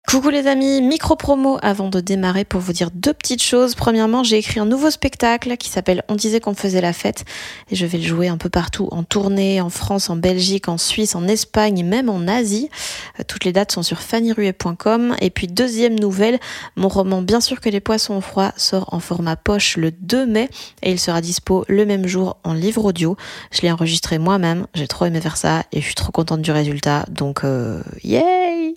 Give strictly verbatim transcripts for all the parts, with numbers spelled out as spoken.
Coucou les amis, micro-promo avant de démarrer pour vous dire deux petites choses. Premièrement, j'ai écrit un nouveau spectacle qui s'appelle On disait qu'on faisait la fête et je vais le jouer un peu partout en tournée, en France, en Belgique, en Suisse, en Espagne et même en Asie. Toutes les dates sont sur fanny ruet point com. Et puis deuxième nouvelle, mon roman Bien sûr que les poissons ont froid sort en format poche le deux mai et il sera dispo le même jour en livre audio. Je l'ai enregistré moi-même, j'ai trop aimé faire ça et je suis trop contente du résultat, donc euh, yay!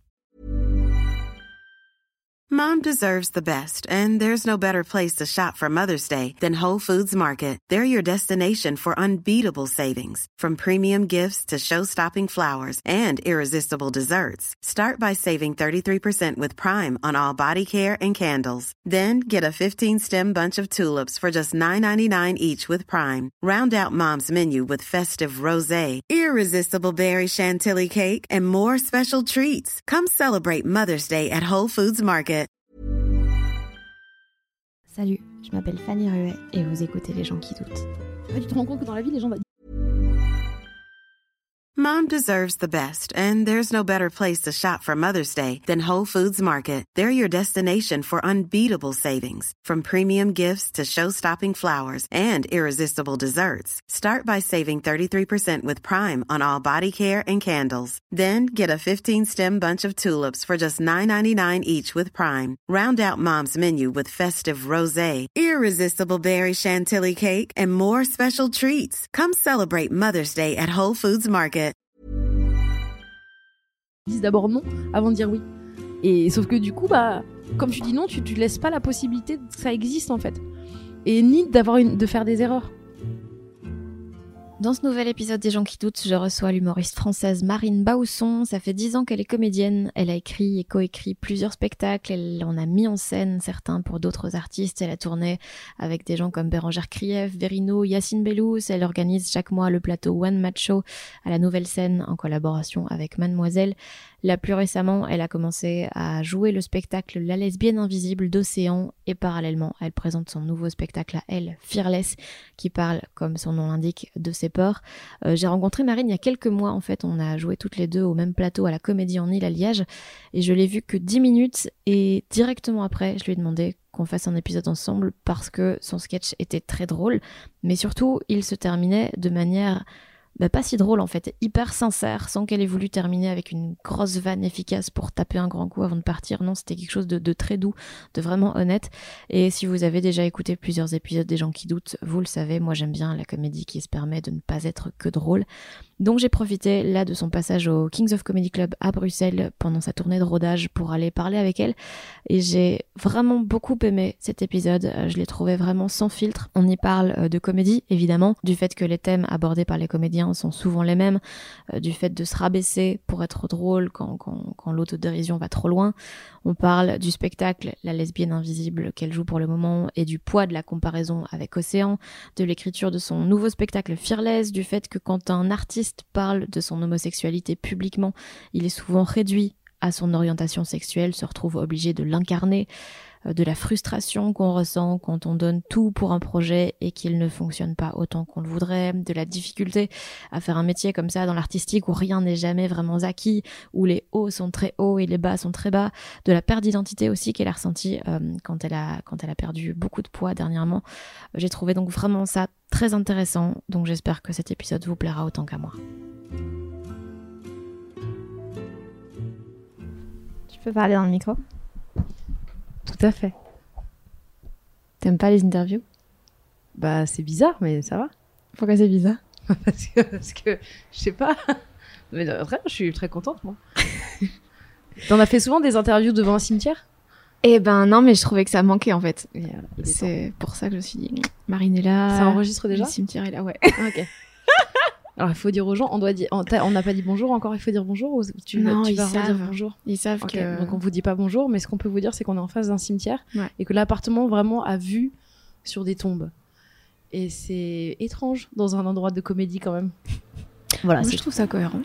Mom deserves the best, and there's no better place to shop for Mother's Day than Whole Foods Market. They're your destination for unbeatable savings, from premium gifts to show-stopping flowers and irresistible desserts. Start by saving thirty-three percent with Prime on all body care and candles. Then get a fifteen-stem bunch of tulips for just nine ninety-nine each with Prime. Round out Mom's menu with festive rosé, irresistible berry chantilly cake, and more special treats. Come celebrate Mother's Day at Whole Foods Market. Salut, je m'appelle Fanny Ruet et vous écoutez Les gens qui doutent. En fait, tu te rends compte que dans la vie, les gens... Mom deserves the best, and there's no better place to shop for Mother's Day than Whole Foods Market. They're your destination for unbeatable savings, from premium gifts to show-stopping flowers and irresistible desserts. Start by saving thirty-three percent with Prime on all body care and candles. Then get a fifteen-stem bunch of tulips for just nine ninety-nine each with Prime. Round out Mom's menu with festive rosé, irresistible berry chantilly cake, and more special treats. Come celebrate Mother's Day at Whole Foods Market. Ils disent d'abord non avant de dire oui. Et sauf que du coup, bah, comme tu dis non, tu, tu laisses pas la possibilité que ça existe en fait. Et ni d'avoir une, de faire des erreurs. Dans ce nouvel épisode des gens qui doutent, je reçois l'humoriste française Marine Bausson. Ça fait dix ans qu'elle est comédienne. Elle a écrit et coécrit plusieurs spectacles. Elle en a mis en scène certains pour d'autres artistes. Elle a tourné avec des gens comme Bérangère Krief, Verino, Yacine Bellous. Elle organise chaque mois le plateau One Match Show à la Nouvelle Scène en collaboration avec Mademoiselle. Là, plus récemment, elle a commencé à jouer le spectacle La lesbienne invisible d'Océan et parallèlement, elle présente son nouveau spectacle à elle, Fearless, qui parle, comme son nom l'indique, de ses peurs. Euh, j'ai rencontré Marine il y a quelques mois, en fait, on a joué toutes les deux au même plateau à la Comédie en Île à Liège et je l'ai vue que dix minutes et directement après, je lui ai demandé qu'on fasse un épisode ensemble parce que son sketch était très drôle, mais surtout, il se terminait de manière... Bah, pas si drôle en fait, hyper sincère, sans qu'elle ait voulu terminer avec une grosse vanne efficace pour taper un grand coup avant de partir. Non, c'était quelque chose de, de très doux, de vraiment honnête. Et si vous avez déjà écouté plusieurs épisodes des gens qui doutent, vous le savez, moi j'aime bien la comédie qui se permet de ne pas être que drôle. Donc j'ai profité là de son passage au Kings of Comedy Club à Bruxelles pendant sa tournée de rodage pour aller parler avec elle. Et j'ai vraiment beaucoup aimé cet épisode, je l'ai trouvé vraiment sans filtre. On y parle de comédie, évidemment, du fait que les thèmes abordés par les comédiens sont souvent les mêmes, euh, du fait de se rabaisser pour être drôle quand, quand, quand l'autodérision va trop loin. On parle du spectacle La lesbienne invisible qu'elle joue pour le moment et du poids de la comparaison avec Océan, de l'écriture de son nouveau spectacle Fearless, du fait que quand un artiste parle de son homosexualité publiquement, il est souvent réduit à son orientation sexuelle, se retrouve obligé de l'incarner, de la frustration qu'on ressent quand on donne tout pour un projet et qu'il ne fonctionne pas autant qu'on le voudrait, de la difficulté à faire un métier comme ça dans l'artistique où rien n'est jamais vraiment acquis, où les hauts sont très hauts et les bas sont très bas, de la perte d'identité aussi qu'elle a ressentie euh, quand elle a, quand elle a perdu beaucoup de poids dernièrement. J'ai trouvé donc vraiment ça très intéressant, donc j'espère que cet épisode vous plaira autant qu'à moi. Tu peux parler dans le micro ? Tout à fait. T'aimes pas les interviews ? Bah c'est bizarre, mais ça va. Pourquoi c'est bizarre ? parce, que, parce que, je sais pas. Mais vraiment, je suis très contente, moi. T'en as fait souvent des interviews devant un cimetière ? Eh ben non, mais je trouvais que ça manquait en fait. Et, euh, c'est pour ça que je me suis dit, Marine est là. Ça enregistre déjà ? Le cimetière est là, ouais. Ok. Alors il faut dire aux gens, on doit dire, on n'a pas dit bonjour encore, il faut dire bonjour ou tu, non, tu ils vas savent. redire bonjour. Ils savent okay. que... Donc on vous dit pas bonjour, mais ce qu'on peut vous dire c'est qu'on est en face d'un cimetière ouais. et que l'appartement vraiment a vue sur des tombes. Et c'est étrange dans un endroit de comédie quand même. Voilà, moi, je trouve ça cohérent.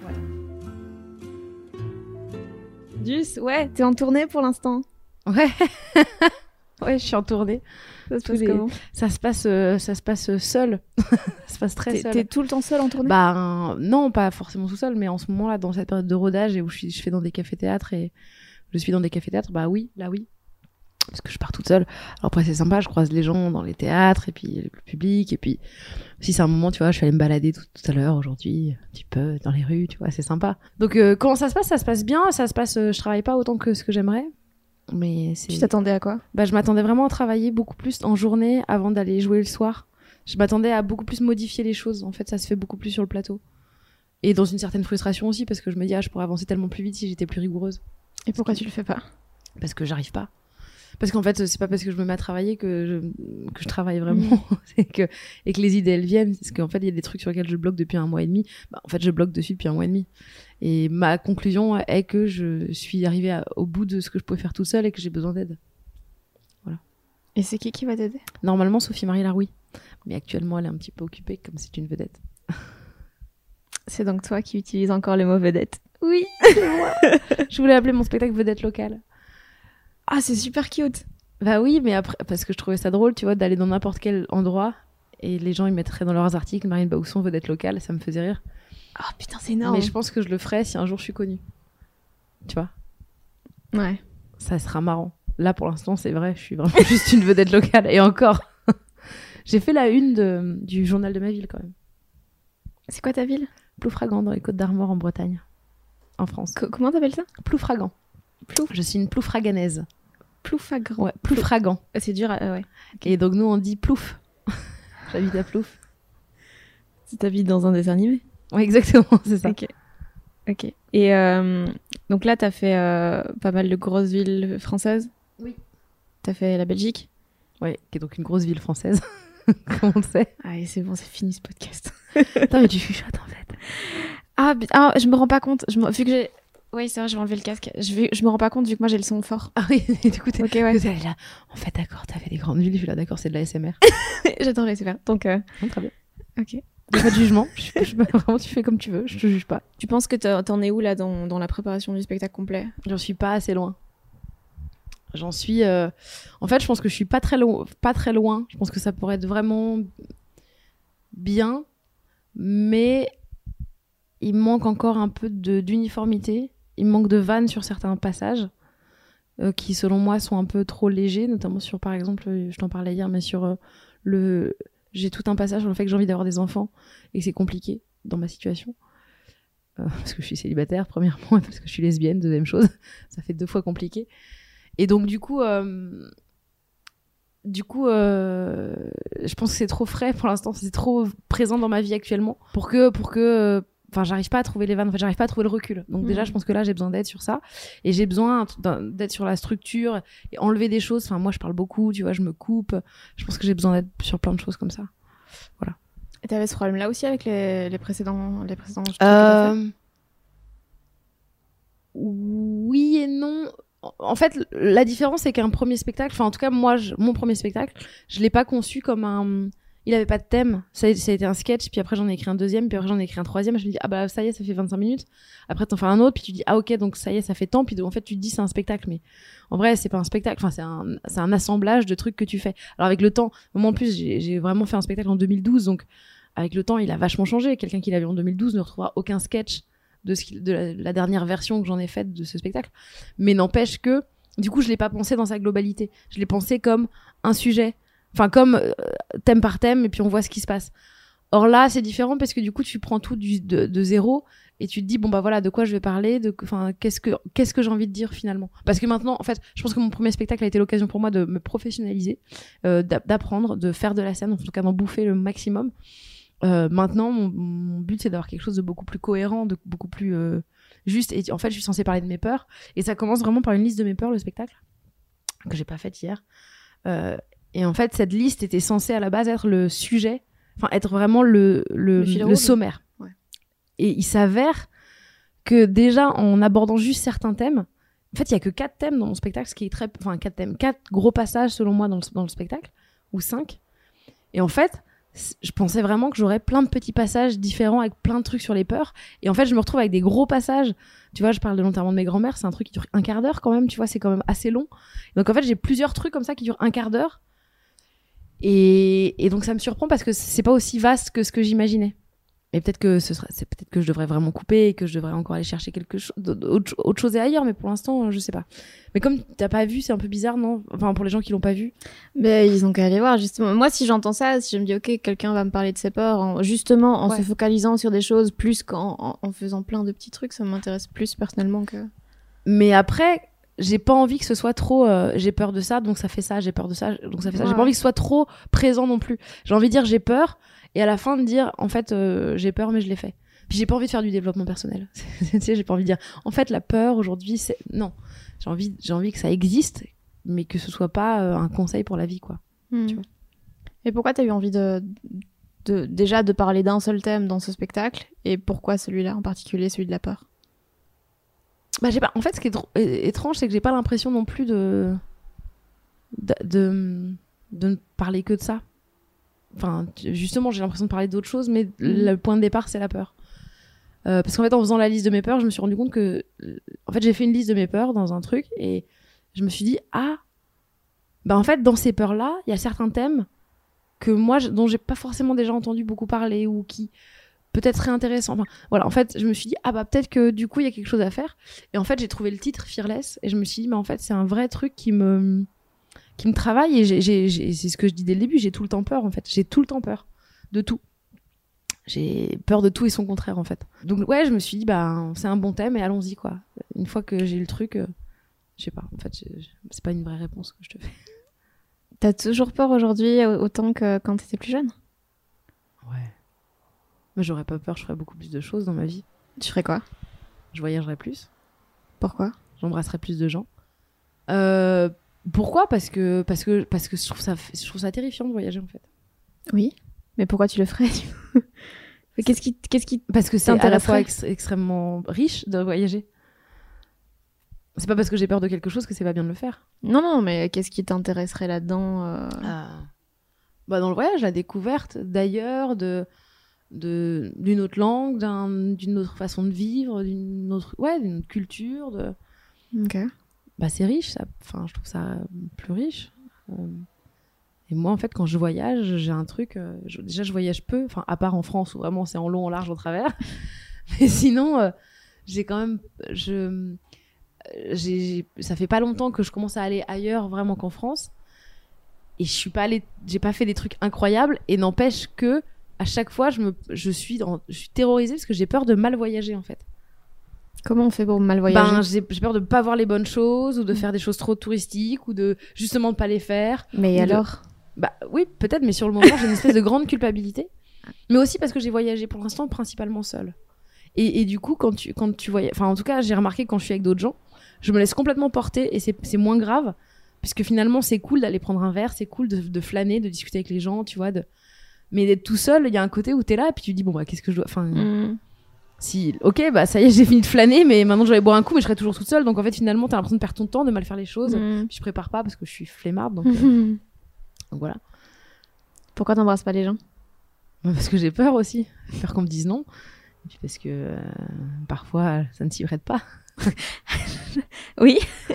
Ouais. Dus, ouais, t'es en tournée pour l'instant. Ouais. Ouais, je suis en tournée. Ça se passe les... comment ? Ça se passe, euh, ça se passe seul. Ça se passe très t'es, seul. T'es tout le temps seul en tournée ? Bah euh, non, pas forcément tout seul, mais en ce moment là, dans cette période de rodage et où je, suis, je fais dans des cafés-théâtres et Je suis dans des cafés-théâtres, bah oui, là oui. Parce que je pars toute seule. Alors après, c'est sympa, je croise les gens dans les théâtres, et puis le public, et puis si c'est un moment, tu vois, je suis allée me balader tout, tout à l'heure, aujourd'hui, un petit peu dans les rues, tu vois, c'est sympa. Donc, euh, comment ça se passe? Ça se passe bien, ça se passe, euh, je travaille pas autant que ce que j'aimerais. Mais c'est... Tu t'attendais à quoi? Bah, je m'attendais vraiment à travailler beaucoup plus en journée avant d'aller jouer le soir. Je m'attendais à beaucoup plus modifier les choses. En fait, ça se fait beaucoup plus sur le plateau. Et dans une certaine frustration aussi, parce que je me dis, ah, je pourrais avancer tellement plus vite si j'étais plus rigoureuse. Et pourquoi tu le fais pas? Parce que j'arrive pas. Parce qu'en fait, c'est pas parce que je me mets à travailler que je, que je travaille vraiment. Mmh. C'est que, et que les idées, elles viennent. Parce qu'en fait, il y a des trucs sur lesquels je bloque depuis un mois et demi. Bah, en fait, je bloque dessus depuis un mois et demi. Et ma conclusion est que je suis arrivée à, au bout de ce que je pouvais faire toute seule et que j'ai besoin d'aide. Voilà. Et c'est qui qui va t'aider? Normalement, Sophie-Marie Laroui. Mais actuellement, elle est un petit peu occupée comme c'est une vedette. C'est donc toi qui utilises encore le mot vedette. Oui, c'est moi. Je voulais appeler mon spectacle vedette locale. Ah, c'est super cute. Bah oui, mais après, parce que je trouvais ça drôle, tu vois, d'aller dans n'importe quel endroit et les gens, ils mettraient dans leurs articles Marine Baousson, vedette locale, ça me faisait rire. Ah oh, putain, c'est énorme. Mais je pense que je le ferais si un jour je suis connue. Tu vois? Ouais. Ça sera marrant. Là, pour l'instant, c'est vrai, je suis vraiment juste une vedette locale. Et encore. J'ai fait la une de, du journal de ma ville, quand même. C'est quoi ta ville? Ploufragan, dans les Côtes d'Armor, en Bretagne. En France. Co- comment t'appelles ça? Ploufragan. Plouf. Je suis une ploufraganaise. Ploufragan. Ouais, Ploufragan. C'est dur, euh, ouais. Okay. Et donc, nous, on dit plouf. J'habite à Plouf. Tu t'habites dans un dessin animé? Ouais, exactement, c'est ça. Ok. Ok. Et euh, donc là, t'as fait euh, pas mal de grosses villes françaises? Oui. T'as fait la Belgique? Ouais, qui est donc une grosse ville française, comme on le sait. Ah, et c'est bon, c'est fini ce podcast. Attends, mais tu chuchotes en fait. Ah, ah je me rends pas compte. Je me, vu que j'ai... Oui, c'est vrai, je vais enlever le casque. Je, vais, je me rends pas compte vu que moi j'ai le son fort. Ah oui, du coup, t'es, okay, ouais. t'es là. En fait, d'accord, t'as fait des grandes villes. Je suis là, d'accord, c'est de la S M R. J'adore les S M R. Donc, euh... non, très bien. Ok. Y a pas de jugement. Je, je, vraiment, tu fais comme tu veux. Je te juge pas. Tu penses que t'en es où là dans, dans la préparation du spectacle complet? J'en suis pas assez loin. J'en suis. Euh... En fait, je pense que je suis pas très, lo- pas très loin. Je pense que ça pourrait être vraiment bien, mais il me manque encore un peu de, d'uniformité. Il me manque de vannes sur certains passages euh, qui, selon moi, sont un peu trop légers, notamment sur, par exemple, je t'en parlais hier, mais sur euh, le. J'ai tout un passage sur le fait que j'ai envie d'avoir des enfants et que c'est compliqué dans ma situation. Euh, parce que je suis célibataire, premièrement, et parce que je suis lesbienne, deuxième chose. Ça fait deux fois compliqué. Et donc, du coup, euh, du coup euh, je pense que c'est trop frais pour l'instant, c'est trop présent dans ma vie actuellement pour que, pour que, enfin, j'arrive pas à trouver les vannes, en fait, j'arrive pas à trouver le recul. Donc, mmh. déjà, je pense que là, j'ai besoin d'aide sur ça. Et j'ai besoin d'aide sur la structure et enlever des choses. Enfin, moi, je parle beaucoup, tu vois, je me coupe. Je pense que j'ai besoin d'aide sur plein de choses comme ça. Voilà. Et t'avais ce problème-là aussi avec les, les précédents, les précédents trucs euh... que t'as fait? Oui et non. En fait, la différence, c'est qu'un premier spectacle, enfin, en tout cas, moi, je, mon premier spectacle, je l'ai pas conçu comme un. Il avait pas de thème. Ça a, ça a été un sketch, puis après, j'en ai écrit un deuxième, puis après, j'en ai écrit un troisième. Je me dis, ah bah, ça y est, ça fait vingt-cinq minutes. Après, t'en fais un autre, puis tu dis, ah ok, donc ça y est, ça fait tant. Puis en fait, tu te dis, c'est un spectacle. Mais en vrai, c'est pas un spectacle. Enfin, c'est un, c'est un assemblage de trucs que tu fais. Alors, avec le temps, moi, en plus, j'ai, j'ai vraiment fait un spectacle en deux mille douze, donc avec le temps, il a vachement changé. Quelqu'un qui l'avait en deux mille douze ne retrouvera aucun sketch de, ce qui, de la, la dernière version que j'en ai faite de ce spectacle. Mais n'empêche que, du coup, je l'ai pas pensé dans sa globalité. Je l'ai pensé comme un sujet. Enfin, comme euh, thème par thème, et puis on voit ce qui se passe. Or là, c'est différent parce que du coup, tu prends tout du, de, de zéro et tu te dis, bon, bah voilà, de quoi je vais parler, de, enfin, qu'est-ce que, qu'est-ce que j'ai envie de dire finalement. Parce que maintenant, en fait, je pense que mon premier spectacle a été l'occasion pour moi de me professionnaliser, euh, d'apprendre, de faire de la scène, en tout cas d'en bouffer le maximum. Euh, maintenant, mon, mon but, c'est d'avoir quelque chose de beaucoup plus cohérent, de beaucoup plus euh, juste. Et en fait, je suis censée parler de mes peurs. Et ça commence vraiment par une liste de mes peurs, le spectacle, que j'ai pas faite hier. Euh, Et en fait, cette liste était censée à la base être le sujet, enfin être vraiment le, le, le, le sommaire. Ouais. Et il s'avère que déjà, en abordant juste certains thèmes, en fait, il y a que quatre thèmes dans mon spectacle, ce qui est très, enfin quatre thèmes, quatre gros passages selon moi dans le, dans le spectacle, ou cinq. Et en fait, je pensais vraiment que j'aurais plein de petits passages différents avec plein de trucs sur les peurs. Et en fait, je me retrouve avec des gros passages. Tu vois, je parle de l'enterrement de mes grands-mères, c'est un truc qui dure un quart d'heure quand même, tu vois, c'est quand même assez long. Et donc en fait, j'ai plusieurs trucs comme ça qui durent un quart d'heure. Et, et donc ça me surprend parce que c'est pas aussi vaste que ce que j'imaginais. Mais peut-être que ce serait, c'est peut-être que je devrais vraiment couper et que je devrais encore aller chercher quelque chose, autre, autre chose ailleurs. Mais pour l'instant, je sais pas. Mais comme t'as pas vu, c'est un peu bizarre, non? Enfin, pour les gens qui l'ont pas vu. Mais ils ont qu'à aller voir, justement. Moi, si j'entends ça, si je me dis, ok, quelqu'un va me parler de ses peurs, en, justement, en ouais. se focalisant sur des choses plus qu'en en, en faisant plein de petits trucs, ça m'intéresse plus personnellement que... Mais après, j'ai pas envie que ce soit trop, euh, j'ai peur de ça, donc ça fait ça, j'ai peur de ça, donc ça fait ça. Ouais. J'ai pas envie que ce soit trop présent non plus. J'ai envie de dire j'ai peur, et à la fin de dire, en fait, euh, j'ai peur, mais je l'ai fait. Puis j'ai pas envie de faire du développement personnel. Tu sais, j'ai pas envie de dire, en fait, la peur aujourd'hui, c'est non. J'ai envie, j'ai envie que ça existe, mais que ce soit pas euh, un conseil pour la vie, quoi. Mmh. Tu vois. Et pourquoi t'as eu envie de, de déjà de parler d'un seul thème dans ce spectacle, et pourquoi celui-là en particulier, celui de la peur? Bah, j'ai pas. En fait, ce qui est dr- étrange, c'est que j'ai pas l'impression non plus de de de, de ne parler que de ça. Enfin, justement, j'ai l'impression de parler d'autres choses, mais mmh. le point de départ, c'est la peur. Euh, parce qu'en fait, en faisant la liste de mes peurs, je me suis rendu compte que, en fait, j'ai fait une liste de mes peurs dans un truc et je me suis dit, ah, bah en fait, dans ces peurs-là, il y a certains thèmes que moi, je, dont j'ai pas forcément déjà entendu beaucoup parler ou qui peut-être seraient intéressants. Enfin, voilà, en fait, je me suis dit, ah bah peut-être que du coup, il y a quelque chose à faire. Et en fait, j'ai trouvé le titre Fearless et je me suis dit, mais en fait, c'est un vrai truc qui me qui me travaille et j'ai, j'ai, j'ai, c'est ce que je dis dès le début, j'ai tout le temps peur en fait, j'ai tout le temps peur de tout. J'ai peur de tout et son contraire en fait. Donc ouais, je me suis dit bah c'est un bon thème et allons-y quoi. Une fois que j'ai le truc, euh, je sais pas, en fait je, je, c'est pas une vraie réponse que je te fais. T'as toujours peur aujourd'hui autant que quand t'étais plus jeune? Ouais. Moi j'aurais pas peur, je ferais beaucoup plus de choses dans ma vie. Tu ferais quoi? Je voyagerais plus. Pourquoi? J'embrasserais plus de gens. Euh... Pourquoi? Parce que parce que parce que je trouve ça je trouve ça terrifiant de voyager en fait. Oui, mais pourquoi tu le ferais? Qu'est-ce qui qu'est-ce qui Parce que c'est à la fois ex- extrêmement riche de voyager. C'est pas parce que j'ai peur de quelque chose que c'est pas bien de le faire. Non non, mais qu'est-ce qui t'intéresserait là-dedans euh... ah. Bah dans le voyage, la découverte d'ailleurs, de de d'une autre langue, d'un, d'une autre façon de vivre, d'une autre ouais, d'une autre culture de. OK. Bah c'est riche ça, enfin je trouve ça plus riche. Euh, et moi en fait quand je voyage, j'ai un truc euh, je, déjà je voyage peu, enfin à part en France où vraiment c'est en long, en large, en travers. Mais sinon euh, j'ai quand même je j'ai, j'ai ça fait pas longtemps que je commence à aller ailleurs vraiment qu'en France. Et je suis pas allée, j'ai pas fait des trucs incroyables et n'empêche que à chaque fois je me je suis dans, je suis terrorisée parce que j'ai peur de mal voyager en fait. Comment on fait pour mal voyager? Ben, j'ai, j'ai peur de pas voir les bonnes choses ou de faire des choses trop touristiques ou de justement de pas les faire. Mais alors de... Bah oui, peut-être, mais sur le moment, j'ai une espèce de grande culpabilité. Mais aussi parce que j'ai voyagé pour l'instant principalement seule. Et, et du coup, quand tu, quand tu voyages... Enfin, en tout cas, j'ai remarqué que quand je suis avec d'autres gens, je me laisse complètement porter et c'est, c'est moins grave. Puisque finalement, c'est cool d'aller prendre un verre, c'est cool de, de flâner, de discuter avec les gens, tu vois. De... Mais d'être tout seul, il y a un côté où t'es là et puis tu dis, bon, bah, qu'est-ce que je dois... Enfin... Mm. Si, ok, bah ça y est, j'ai fini de flâner, mais maintenant je vais boire un coup, mais je serai toujours toute seule. Donc en fait, finalement, t'as l'impression de perdre ton temps, de mal faire les choses. Mmh. Puis je prépare pas parce que je suis flemmarde, donc, euh... donc voilà. Pourquoi t'embrasses pas les gens? Parce que j'ai peur aussi, peur qu'on me dise non. Et puis parce que euh, parfois ça ne s'y prête pas. Oui.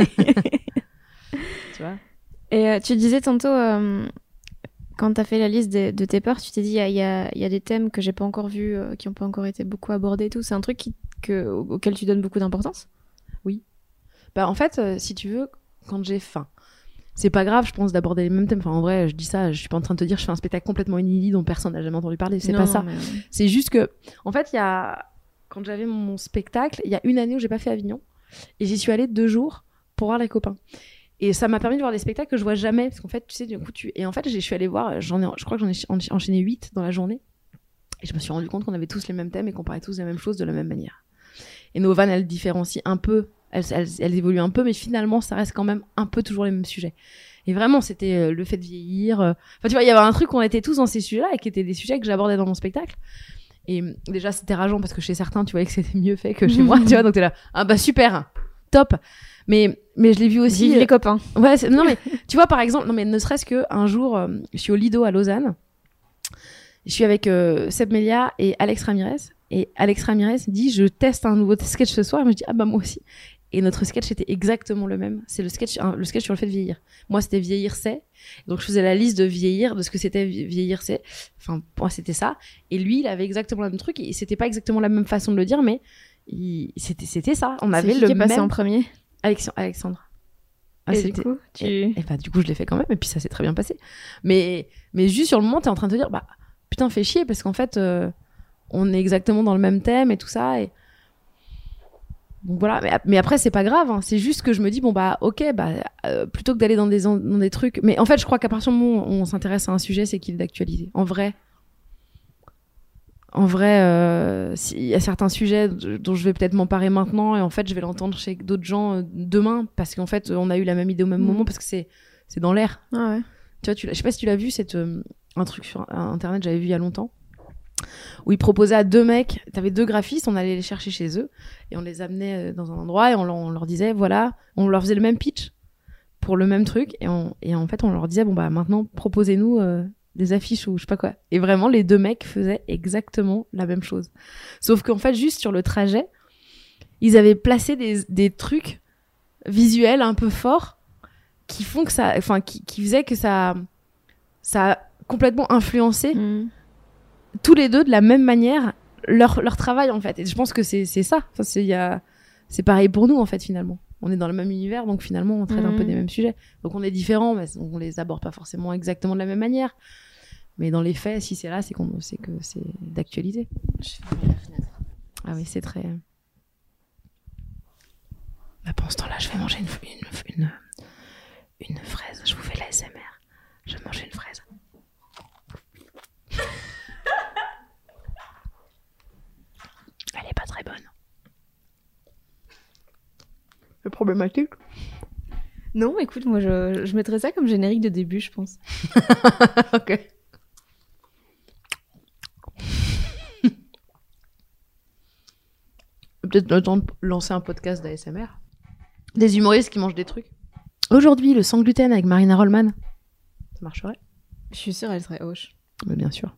Tu vois. Et euh, tu disais tantôt. Euh... Quand t'as fait la liste de, de tes peurs, tu t'es dit, il y a, y, a, y a des thèmes que j'ai pas encore vus, euh, qui ont pas encore été beaucoup abordés et tout. C'est un truc qui, que, auquel tu donnes beaucoup d'importance? Oui. Bah, en fait, euh, si tu veux, quand j'ai faim, c'est pas grave, je pense, d'aborder les mêmes thèmes. Enfin, en vrai, je dis ça, je suis pas en train de te dire, je fais un spectacle complètement inédit dont personne n'a jamais entendu parler. C'est non, pas ça. Mais... C'est juste que, en fait, il y a, quand j'avais mon spectacle, il y a une année où j'ai pas fait Avignon. Et j'y suis allée deux jours pour voir les copains. Et ça m'a permis de voir des spectacles que je vois jamais, parce qu'en fait, tu sais, du coup, tu... Et en fait, je suis allée voir, j'en ai, je crois que j'en ai enchaîné huit dans la journée, et je me suis rendu compte qu'on avait tous les mêmes thèmes et qu'on parlait tous de la même chose de la même manière. Et nos vannes, elles différencient un peu, elles, elles, elles évoluent un peu, mais finalement, ça reste quand même un peu toujours les mêmes sujets. Et vraiment, c'était le fait de vieillir. Enfin, tu vois, il y avait un truc où on était tous dans ces sujets-là, et qui étaient des sujets que j'abordais dans mon spectacle. Et déjà, c'était rageant, parce que chez certains, tu voyais que c'était mieux fait que chez moi, tu vois, donc t'es là, ah bah super, top. Mais mais je l'ai vu aussi. Vive les copains. Ouais, c'est... non mais tu vois par exemple, non mais ne serait-ce que un jour, euh, je suis au Lido à Lausanne. Je suis avec euh, Seb Melia et Alex Ramirez, et Alex Ramirez dit, je teste un nouveau sketch ce soir, et moi je dis ah bah moi aussi. et notre sketch était exactement le même. C'est le sketch, hein, le sketch sur le fait de vieillir. Moi, c'était vieillir c'est. Donc, je faisais la liste de vieillir, de ce que c'était vieillir c'est. Enfin, pour moi, c'était ça. Et lui, il avait exactement le même truc. Et c'était pas exactement la même façon de le dire, mais il... c'était, c'était ça. On avait c'est qui le qui est même. passé en premier? Alex... Alexandre. Ah, et c'était... du coup, tu... et, et bah, du coup, je l'ai fait quand même. Et puis, ça s'est très bien passé. Mais, mais juste sur le moment, t'es en train de te dire, bah, putain, fais chier, parce qu'en fait, euh, on est exactement dans le même thème et tout ça. Et donc voilà, mais, mais après c'est pas grave, hein. C'est juste que je me dis bon bah ok, bah euh, plutôt que d'aller dans des dans des trucs, mais en fait je crois qu'à partir du moment où on s'intéresse à un sujet, c'est qu'il est d'actualité. En vrai, en vrai, euh, il y a certains sujets dont je vais peut-être m'emparer maintenant et en fait je vais l'entendre chez d'autres gens euh, demain parce qu'en fait on a eu la même idée au même mmh. moment parce que c'est c'est dans l'air. Ah ouais. Tu vois, tu, je sais pas si tu l'as vu, c'est euh, un truc sur internet, j'avais vu il y a longtemps. Où ils proposaient à deux mecs, t'avais deux graphistes, on allait les chercher chez eux et on les amenait dans un endroit et on leur, on leur disait voilà, on leur faisait le même pitch pour le même truc et, on, et en fait on leur disait bon bah maintenant proposez-nous euh, des affiches ou je sais pas quoi. Et vraiment les deux mecs faisaient exactement la même chose. Sauf qu'en fait juste sur le trajet, ils avaient placé des, des trucs visuels un peu forts qui font que ça, enfin qui, qui faisaient que ça, ça a complètement influencé. Mmh. Tous les deux de la même manière leur leur travail en fait, et je pense que c'est c'est ça, enfin c'est il y a c'est pareil pour nous en fait. Finalement on est dans le même univers, donc finalement on traite mmh. un peu des mêmes sujets, donc on est différents mais on les aborde pas forcément exactement de la même manière, mais dans les faits si c'est là c'est qu'on sait que c'est d'actualité. Je ferme la fenêtre. Ah oui, c'est très bah, pendant ce temps-là je vais manger une une une, une fraise. Je vous fais l'A S M R, je mange une fraise. Elle est pas très bonne. C'est problématique. Non, écoute, moi je, je mettrais ça comme générique de début, je pense. Ok. Peut-être le temps de lancer un podcast d'A S M R. Des humoristes qui mangent des trucs. Aujourd'hui, le sans gluten avec Marina Rollman. Ça marcherait? Je suis sûre, elle serait hoche. Mais bien sûr.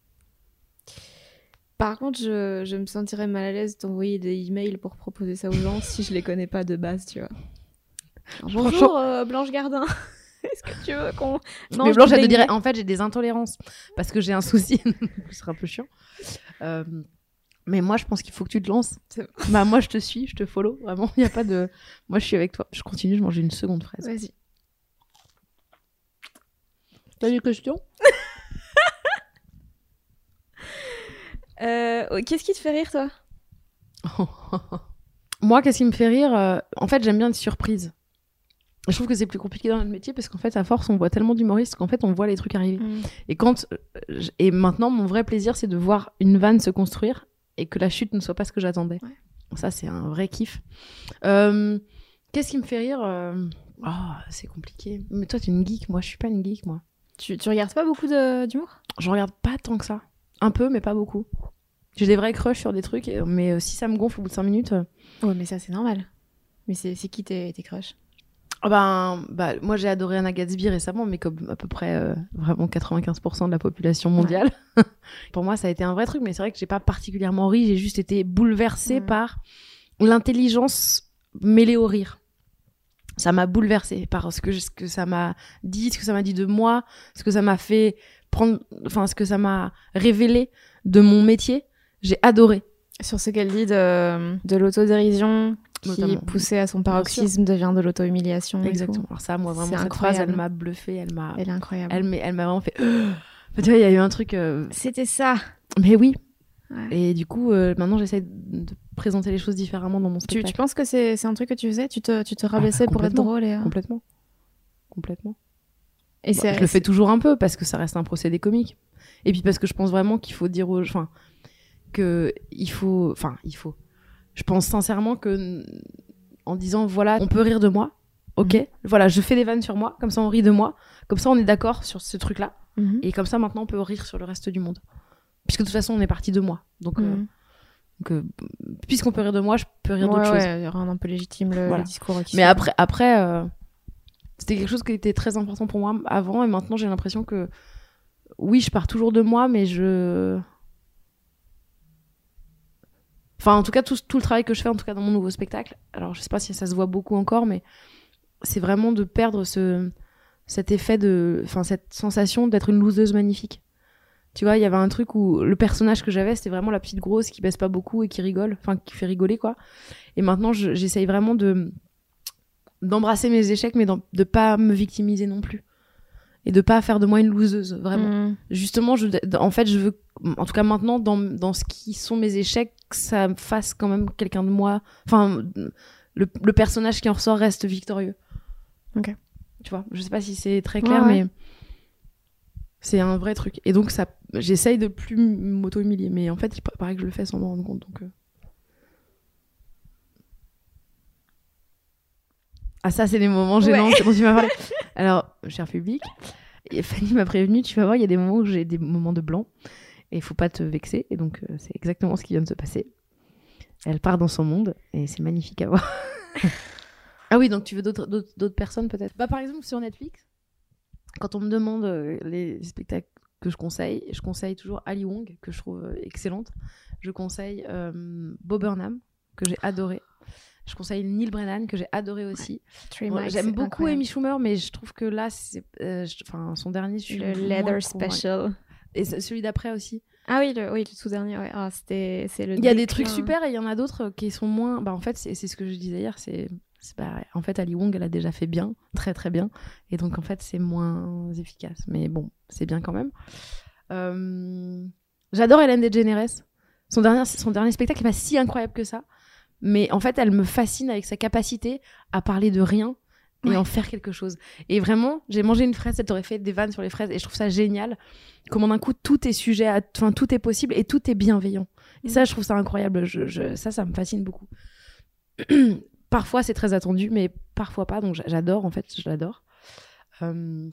Par contre, je, je me sentirais mal à l'aise d'envoyer des emails pour proposer ça aux gens si je les connais pas de base, tu vois. Alors, bonjour euh, Blanche Gardin, est-ce que tu veux qu'on... Non, mais Blanche, elle te dirait, en fait, j'ai des intolérances parce que j'ai un souci. Ce serait un peu chiant. Euh, mais moi, je pense qu'il faut que tu te lances. Bah, moi, je te suis, je te follow. Vraiment, il n'y a pas de... Moi, je suis avec toi. Je continue, je mange une seconde fraise. Vas-y. T'as des questions? Euh, qu'est-ce qui te fait rire, toi? Moi, qu'est-ce qui me fait rire euh, En fait, j'aime bien être surprise. Je trouve que c'est plus compliqué dans notre métier parce qu'en fait, à force, on voit tellement d'humoristes qu'en fait, on voit les trucs arriver. Mmh. Et quand euh, et maintenant, mon vrai plaisir, c'est de voir une vanne se construire et que la chute ne soit pas ce que j'attendais. Ouais. Ça, c'est un vrai kiff. Euh, qu'est-ce qui me fait rire euh... Oh, c'est compliqué. Mais toi, t'es une geek. Moi, je suis pas une geek, moi. Tu, tu regardes pas beaucoup de, d'humour? Je regarde pas tant que ça. Un peu, mais pas beaucoup. J'ai des vrais crushs sur des trucs, mais euh, si ça me gonfle au bout de cinq minutes... Euh... Ouais, mais ça, c'est normal. Mais c'est, c'est qui tes, tes crushs? Oh ben, bah, moi, j'ai adoré Anna Gatsby récemment, mais comme à peu près euh, vraiment quatre-vingt-quinze pour cent de la population mondiale. Ouais. Pour moi, ça a été un vrai truc, mais c'est vrai que j'ai pas particulièrement ri, j'ai juste été bouleversée mmh. par l'intelligence mêlée au rire. Ça m'a bouleversée par ce que, ce que ça m'a dit, ce que ça m'a dit de moi, ce que ça m'a fait prendre... Enfin, ce que ça m'a révélé de mon métier. J'ai adoré. Sur ce qu'elle dit de, de l'autodérision qui, notamment, poussée à son paroxysme, devient de l'auto-humiliation. Exactement. Alors ça, moi, vraiment, c'est cette incroyable. phrase, elle m'a bluffée. Elle, m'a... elle est incroyable. Elle, elle m'a vraiment fait... Tu vois, il y a eu un truc... Euh... C'était ça. Mais oui. Ouais. Et du coup, euh, maintenant, j'essaie de présenter les choses différemment dans mon spectacle. Tu, tu penses que c'est, c'est un truc que tu faisais? Tu te, tu te rabaissais ah, bah, pour être drôle et... Complètement. Complètement. Et bon, c'est, je le fais toujours un peu parce que ça reste un procédé comique. Et puis parce que je pense vraiment qu'il faut dire aux... Enfin, que il faut... Enfin, il faut... Je pense sincèrement que... En disant, voilà, on peut rire de moi. Ok. Mm-hmm. Voilà, je fais des vannes sur moi. Comme ça, on rit de moi. Comme ça, on est d'accord sur ce truc-là. Mm-hmm. Et comme ça, maintenant, on peut rire sur le reste du monde. Puisque de toute façon, on est parti de moi. Donc... Mm-hmm. Euh... Donc, euh, puisqu'on peut rire de moi, je peux rire ouais, d'autres ouais, choses. Il y aura un peu légitime le, voilà. le discours. Mais fait. après, après euh, c'était quelque chose qui était très important pour moi avant, et maintenant j'ai l'impression que oui, je pars toujours de moi, mais je... Enfin, en tout cas, tout, tout le travail que je fais, en tout cas dans mon nouveau spectacle, alors je sais pas si ça se voit beaucoup encore, mais c'est vraiment de perdre ce, cet effet de, enfin, cette sensation d'être une loseuse magnifique. Tu vois, il y avait un truc où le personnage que j'avais, c'était vraiment la petite grosse qui baisse pas beaucoup et qui rigole, enfin, qui fait rigoler, quoi. Et maintenant, je, j'essaye vraiment de, d'embrasser mes échecs, mais de pas me victimiser non plus. Et de pas faire de moi une loseuse, vraiment. Mmh. Justement, je, en fait, je veux, en tout cas maintenant, dans, dans ce qui sont mes échecs, que ça me fasse quand même quelqu'un de moi. Enfin, le, le personnage qui en ressort reste victorieux. Ok. Tu vois, je sais pas si c'est très clair, ouais, ouais. mais c'est un vrai truc. Et donc, ça, j'essaye de plus m'auto-humilier. Mais en fait, il paraît que je le fais sans m'en rendre compte. Donc, euh... Ah, ça, c'est des moments gênants ouais. dont tu m'as parlé. Alors, cher public, Fanny m'a prévenu, tu vas voir, il y a des moments où j'ai des moments de blanc et il faut pas te vexer. Et donc, euh, c'est exactement ce qui vient de se passer. Elle part dans son monde et c'est magnifique à voir. Ah oui, donc tu veux d'autres, d'autres, d'autres personnes peut-être ? Bah, par exemple, sur Netflix, quand on me demande euh, les spectacles que je conseille, je conseille toujours Ali Wong, que je trouve euh, excellente. Je conseille euh, Bo Burnham, que j'ai adoré. Je conseille Neil Brennan, que j'ai adoré aussi. Ouais, bon, j'aime beaucoup incroyable. Amy Schumer, mais je trouve que là, c'est, euh, je, son dernier... Je suis le Leather Special. Et celui d'après aussi. Ah oui, le, oui, le tout-dernier. Ouais. Ah, c'était, c'est le il y a des trucs super et il y en a d'autres qui sont moins... Bah, en fait, c'est, c'est ce que je disais hier. C'est, c'est pas... En fait, Ali Wong, elle a déjà fait bien, très très bien. Et donc, en fait, c'est moins efficace. Mais bon, c'est bien quand même. Euh... J'adore Ellen DeGeneres. Son dernier, son dernier spectacle n'est pas si incroyable que ça. Mais en fait, elle me fascine avec sa capacité à parler de rien et ouais. en faire quelque chose. Et vraiment, j'ai mangé une fraise, elle t'aurait fait des vannes sur les fraises et je trouve ça génial. Comment d'un coup, tout est sujet, à... enfin, tout est possible et tout est bienveillant. Et mmh. ça, je trouve ça incroyable. Je, je... Ça, ça me fascine beaucoup. Parfois, c'est très attendu, mais parfois pas. Donc, j'adore, en fait, je l'adore. Euh...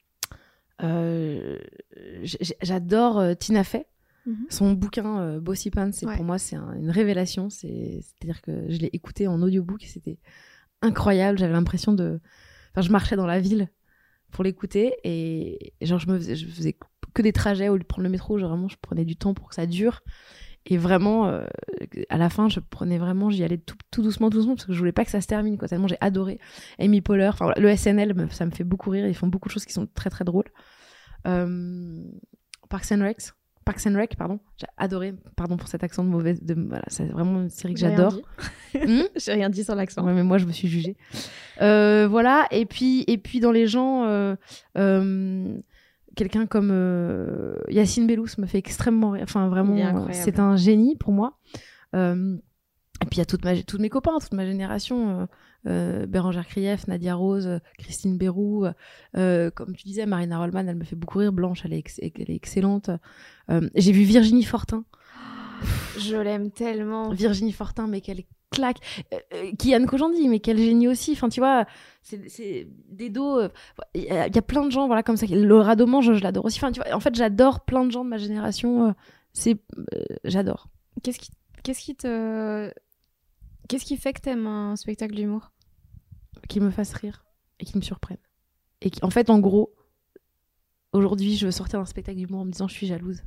Euh... J'adore euh, Tina Fey. Mm-hmm. Son bouquin euh, Bossy Pants, c'est, ouais. pour moi, c'est un, une révélation. C'est, c'est-à-dire que je l'ai écouté en audiobook et c'était incroyable. J'avais l'impression de... Enfin, je marchais dans la ville pour l'écouter et genre, je, me faisais, je faisais que des trajets au lieu de prendre le métro. Genre, vraiment, je prenais du temps pour que ça dure. Et vraiment, euh, à la fin, je prenais vraiment... J'y allais tout, tout doucement, tout doucement parce que je voulais pas que ça se termine, quoi. Tellement j'ai adoré. Amy Poehler, enfin, le S N L, ça me fait beaucoup rire. Ils font beaucoup de choses qui sont très, très drôles. Euh, Parks and Rec. Parks and Rec, pardon. J'ai adoré. Pardon pour cet accent de mauvaise. De, voilà, c'est vraiment une série que J'ai j'adore. Rien hmm J'ai rien dit sur l'accent. Ouais, mais moi, je me suis jugée. Euh, voilà. Et puis, et puis, dans les gens, euh, euh, quelqu'un comme euh, Yacine Bellous me fait extrêmement rire. Enfin, vraiment, c'est un génie pour moi. Euh, et puis, il y a toute ma, tous mes copains, toute ma génération. Euh, Euh, Bérangère Krief, Nadia Rose, Christine Bérou, euh, comme tu disais, Marina Rollman, elle me fait beaucoup rire. Blanche, elle est, ex- elle est excellente. Euh, j'ai vu Virginie Fortin. Je l'aime tellement. Virginie Fortin, mais quelle claque. Euh, Kian Kojandi, mais quel génie aussi. Enfin, tu vois, c'est, c'est des dos. Il y, y a plein de gens, voilà, comme ça. Laura Domange, je l'adore aussi. Enfin, tu vois, en fait, j'adore plein de gens de ma génération. Euh, c'est, euh, j'adore. Qu'est-ce qui, qu'est-ce qui te, qu'est-ce qui fait que t'aimes un spectacle d'humour? Qui me fasse rire et qui me surprenne. Et qui, en fait, en gros, aujourd'hui, je veux sortir d'un spectacle d'humour en me disant je suis jalouse.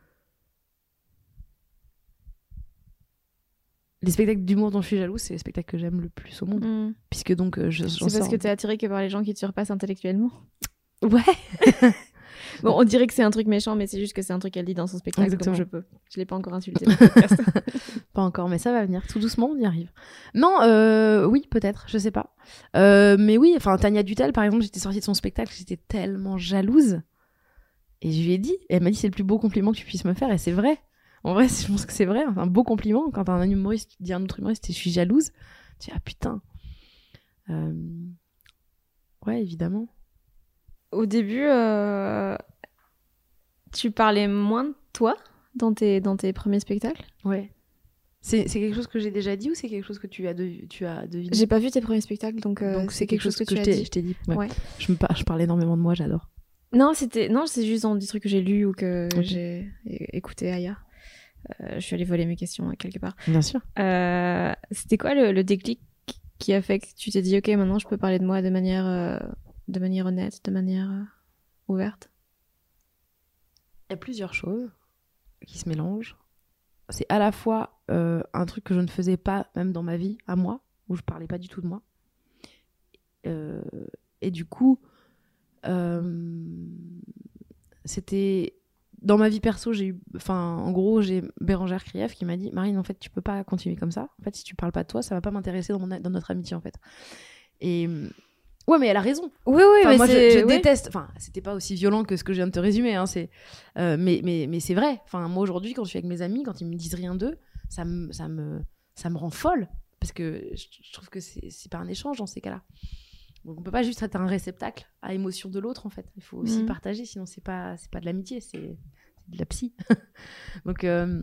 Les spectacles d'humour dont je suis jalouse, c'est les spectacles que j'aime le plus au monde. Mmh. Puisque donc, euh, je, c'est parce sors... que t'es attirée que par les gens qui te surpassent intellectuellement. Ouais. Bon, on dirait que c'est un truc méchant, mais c'est juste que c'est un truc qu'elle dit dans son spectacle. Exactement. Comme je peux. Je l'ai pas encore insulté dans le podcast. Pas encore, mais ça va venir. Tout doucement, on y arrive. Non, euh, oui, peut-être, je sais pas. Euh, mais oui, enfin, Tania Dutel, par exemple, j'étais sortie de son spectacle, j'étais tellement jalouse. Et je lui ai dit, elle m'a dit, c'est le plus beau compliment que tu puisses me faire, et c'est vrai. En vrai, je pense que c'est vrai, un beau compliment. Quand un humoriste dit à un autre humoriste, je suis jalouse, tu dis, ah putain. Euh... Ouais, évidemment. Au début, euh... tu parlais moins de toi dans tes, dans tes premiers spectacles? Ouais. C'est, c'est quelque chose que j'ai déjà dit ou c'est quelque chose que tu as, de, tu as deviné? J'ai pas vu tes premiers spectacles, donc, euh, donc c'est, c'est quelque, quelque chose que, que tu as dit. Je t'ai dit. Ouais. Ouais. Je, me par... je parle énormément de moi, j'adore. Non, c'était... non, c'est juste dans des trucs que j'ai lus ou que okay. j'ai écouté ailleurs. Euh, je suis allée voler mes questions quelque part. Bien sûr. Euh, c'était quoi le, le déclic qui a fait que tu t'es dit, ok, maintenant je peux parler de moi de manière, euh, de manière honnête, de manière euh, ouverte? Il y a plusieurs choses qui se mélangent. c'est à la fois euh, un truc que je ne faisais pas même dans ma vie, à moi, où je parlais pas du tout de moi. Euh, et du coup, euh, c'était... Dans ma vie perso, j'ai eu... Enfin, en gros, j'ai Bérangère Krief qui m'a dit « Marine, en fait, tu peux pas continuer comme ça. En fait, si tu parles pas de toi, ça va pas m'intéresser dans, mon... dans notre amitié, en fait. » Et... Ouais, mais elle a raison. Oui, oui, enfin, mais moi, c'est... je, je oui. déteste... Enfin, c'était pas aussi violent que ce que je viens de te résumer, hein, c'est... Euh, mais, mais, mais c'est vrai. Enfin, moi, aujourd'hui, quand je suis avec mes amis, quand ils me disent rien d'eux, ça me, ça me, ça me rend folle. Parce que je, je trouve que c'est, c'est pas un échange dans ces cas-là. Donc, on peut pas juste être un réceptacle à émotion de l'autre, en fait. Il faut aussi mmh. partager, sinon c'est pas, c'est pas de l'amitié, c'est, c'est de la psy. Donc, euh...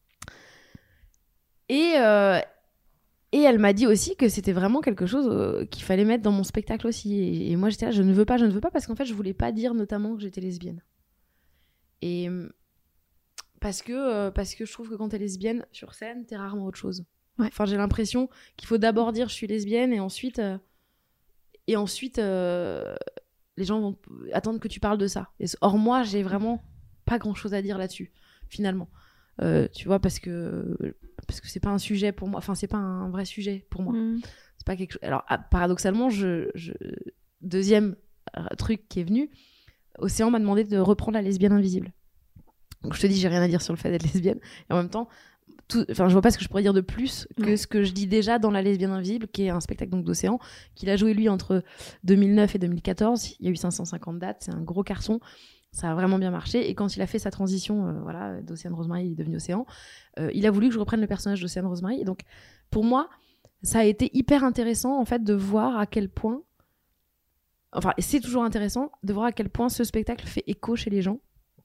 et, euh... et elle m'a dit aussi que c'était vraiment quelque chose euh, qu'il fallait mettre dans mon spectacle aussi. Et, et moi, j'étais là, je ne veux pas, je ne veux pas, parce qu'en fait, je voulais pas dire notamment que j'étais lesbienne. Et parce que, euh, parce que je trouve que quand t'es lesbienne sur scène, t'es rarement autre chose. Ouais. Enfin, j'ai l'impression qu'il faut d'abord dire je suis lesbienne et ensuite... Euh... Et ensuite, euh, les gens vont attendre que tu parles de ça. Et, or, moi, j'ai vraiment pas grand-chose à dire là-dessus, finalement. Euh, tu vois, parce que, parce que c'est pas un sujet pour moi. Enfin, c'est pas un vrai sujet pour moi. Mm. C'est pas quelque chose... Alors, paradoxalement, je, je... deuxième truc qui est venu, Océan m'a demandé de reprendre La lesbienne invisible. Donc, je te dis, j'ai rien à dire sur le fait d'être lesbienne. Et en même temps, tout... enfin, je vois pas ce que je pourrais dire de plus que ouais. ce que je dis déjà dans La lesbienne invisible, qui est un spectacle donc d'Océan, qu'il a joué lui entre deux mille neuf et deux mille quatorze. Il y a eu cinq cent cinquante dates, c'est un gros carton. Ça a vraiment bien marché. Et quand il a fait sa transition euh, voilà, d'Océane Rosemary, il est devenu Océan, euh, il a voulu que je reprenne le personnage d'Océane Rosemary. Et donc, pour moi, ça a été hyper intéressant, en fait, de voir à quel point... Enfin, c'est toujours intéressant de voir à quel point ce spectacle fait écho chez les gens.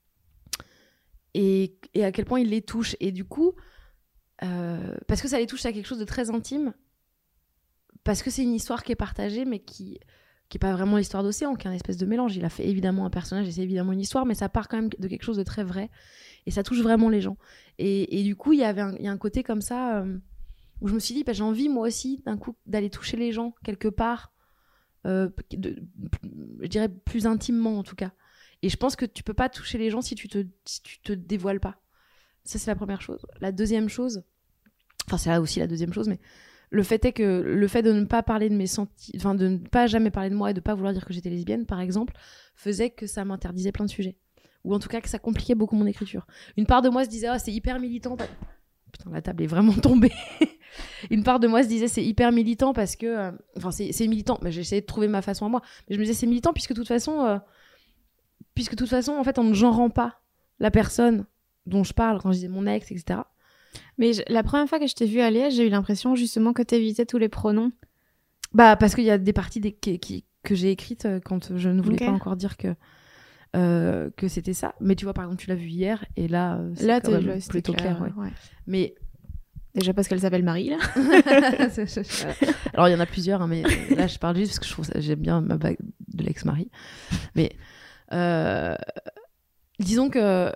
Et, et à quel point il les touche. Et du coup, euh, parce que ça les touche à quelque chose de très intime, parce que c'est une histoire qui est partagée, mais qui... qui n'est pas vraiment l'histoire d'Océan, qui est un espèce de mélange. Il a fait évidemment un personnage et c'est évidemment une histoire, mais ça part quand même de quelque chose de très vrai. Et ça touche vraiment les gens. Et, et du coup, il y avait un, il y a un côté comme ça euh, où je me suis dit, bah, j'ai envie moi aussi, d'un coup, d'aller toucher les gens quelque part, euh, de, je dirais plus intimement en tout cas. Et je pense que tu peux pas toucher les gens si tu te, si tu te dévoiles pas. Ça, c'est la première chose. La deuxième chose, enfin, c'est là aussi la deuxième chose, mais le fait est que le fait de ne pas parler de mes sentiments, enfin de ne pas jamais parler de moi et de pas vouloir dire que j'étais lesbienne, par exemple, faisait que ça m'interdisait plein de sujets. Ou en tout cas que ça compliquait beaucoup mon écriture. Une part de moi se disait, oh, c'est hyper militant. Putain, la table est vraiment tombée. Une part de moi se disait, c'est hyper militant parce que... Euh... Enfin, c'est, c'est militant, mais j'ai essayé de trouver ma façon à moi. Mais je me disais, c'est militant puisque de toute façon, euh... puisque de toute façon, en fait, on ne genrant pas la personne dont je parle quand je disais mon ex, et cetera. Mais je, la première fois que je t'ai vue aller, j'ai eu l'impression justement que t'évitais tous les pronoms. Bah, parce qu'il y a des parties des, qui, qui, que j'ai écrites quand je ne voulais okay. pas encore dire que, euh, que c'était ça. Mais tu vois, par exemple, tu l'as vu hier, et là, c'est là, quand même là, plutôt clair. clair ouais. Ouais. Mais... Déjà parce qu'elle s'appelle Marie, là. Alors, il y en a plusieurs, hein, mais là, je parle juste parce que je trouve ça, j'aime bien ma bague de l'ex-mari. Mais euh, disons que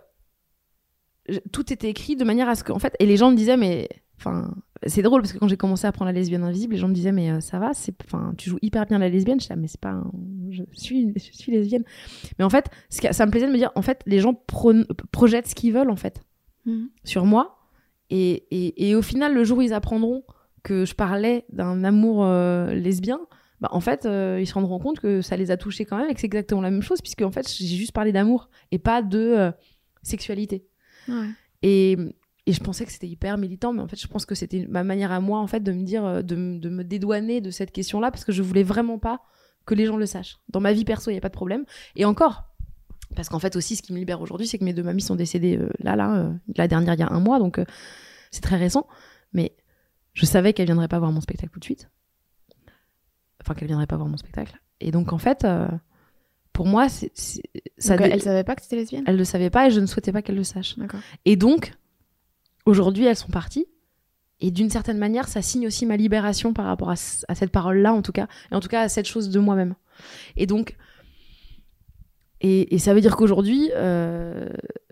tout était écrit de manière à ce qu'en fait, et les gens me disaient, mais enfin, c'est drôle parce que quand j'ai commencé à apprendre La lesbienne invisible, les gens me disaient, mais euh, ça va, c'est, enfin, tu joues hyper bien la lesbienne. Je disais, mais c'est pas, un... je suis, je suis lesbienne. Mais en fait, ça me plaisait de me dire, en fait, les gens pro... projettent ce qu'ils veulent en fait mmh. sur moi, et, et, et au final, le jour où ils apprendront que je parlais d'un amour euh, lesbien, bah en fait, euh, ils se rendront compte que ça les a touchés quand même et que c'est exactement la même chose, puisque en fait, j'ai juste parlé d'amour et pas de euh, sexualité. Ouais. Et, et je pensais que c'était hyper militant, mais en fait je pense que c'était ma manière à moi en fait de me dire, de, de me dédouaner de cette question-là, parce que je voulais vraiment pas que les gens le sachent. Dans ma vie perso il y a pas de problème, et encore parce qu'en fait aussi ce qui me libère aujourd'hui, c'est que mes deux mamies sont décédées euh, là là euh, la dernière il y a un mois, donc euh, c'est très récent, mais je savais qu'elles viendraient pas voir mon spectacle tout de suite, enfin qu'elles viendraient pas voir mon spectacle, et donc en fait euh, pour moi, c'est, c'est, ça donc, dé... elle savait pas que t'étais lesbienne ? Elle le savait pas et je ne souhaitais pas qu'elle le sache. D'accord. Et donc, aujourd'hui, elles sont parties. Et d'une certaine manière, ça signe aussi ma libération par rapport à, à cette parole-là, en tout cas. Et en tout cas, à cette chose de moi-même. Et donc, et, et ça veut dire qu'aujourd'hui, euh,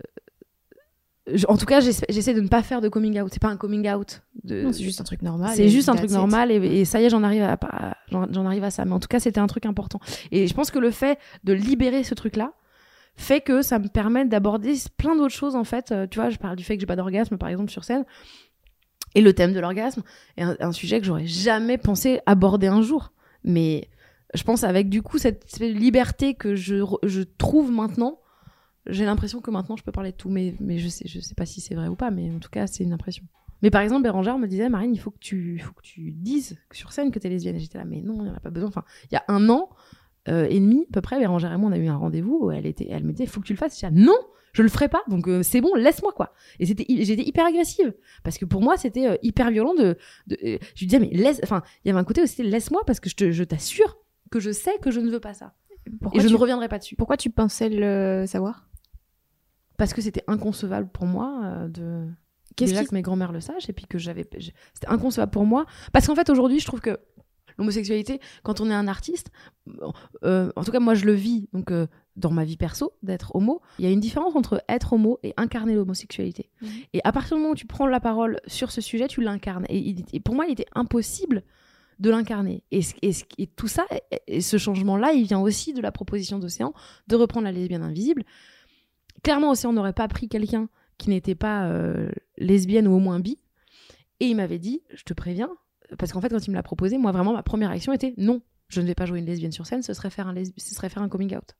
je, en tout cas, j'essaie, j'essaie de ne pas faire de coming out. C'est pas un coming out. De... Non, c'est juste un truc normal. C'est juste un truc normal et, et ça y est, j'en arrive à, j'en, j'en arrive à ça. Mais en tout cas, c'était un truc important. Et je pense que le fait de libérer ce truc-là fait que ça me permet d'aborder plein d'autres choses, en fait. Euh, tu vois, je parle du fait que j'ai pas d'orgasme, par exemple, sur scène. Et le thème de l'orgasme est un, un sujet que j'aurais jamais pensé aborder un jour. Mais je pense avec, du coup, cette, cette liberté que je, je trouve maintenant, j'ai l'impression que maintenant, je peux parler de tout. Mais, mais je sais, je sais pas si c'est vrai ou pas, mais en tout cas, c'est une impression. Mais par exemple, Bérangère me disait, Marine, il faut que tu, faut que tu dises sur scène que t'es lesbienne. Et j'étais là, mais non, il n'y en a pas besoin. Enfin, il y a un an euh, et demi, à peu près, Bérangère et moi, on a eu un rendez-vous où elle, était, elle me disait, il faut que tu le fasses. J'étais là, non, je le ferai pas. Donc euh, c'est bon, laisse-moi, quoi. Et c'était, j'étais hyper agressive. Parce que pour moi, c'était euh, hyper violent de. de euh, je lui disais, mais laisse. Enfin, il y avait un côté où c'était laisse-moi parce que je, te, je t'assure que je sais que je ne veux pas ça. Pourquoi et je tu... ne reviendrai pas dessus. Pourquoi tu pensais le savoir ? Parce que c'était inconcevable pour moi euh, de. Qu'est-ce Déjà qui... que mes grands-mères le sachent, et puis que j'avais... C'était inconcevable pour moi. Parce qu'en fait, aujourd'hui, je trouve que l'homosexualité, quand on est un artiste, euh, en tout cas, moi, je le vis donc, euh, dans ma vie perso, d'être homo. Il y a une différence entre être homo et incarner l'homosexualité. Mmh. Et à partir du moment où tu prends la parole sur ce sujet, tu l'incarnes. Et, et pour moi, il était impossible de l'incarner. Et, et, et tout ça, et, et ce changement-là, il vient aussi de la proposition d'Océan de reprendre la lesbienne invisible. Clairement, Océan n'aurait pas pris quelqu'un qui n'était pas euh, lesbienne ou au moins bi, et il m'avait dit, je te préviens, parce qu'en fait quand il me l'a proposé, moi vraiment ma première réaction était non, je ne vais pas jouer une lesbienne sur scène, ce serait faire un, lesbi- ce serait faire un coming out.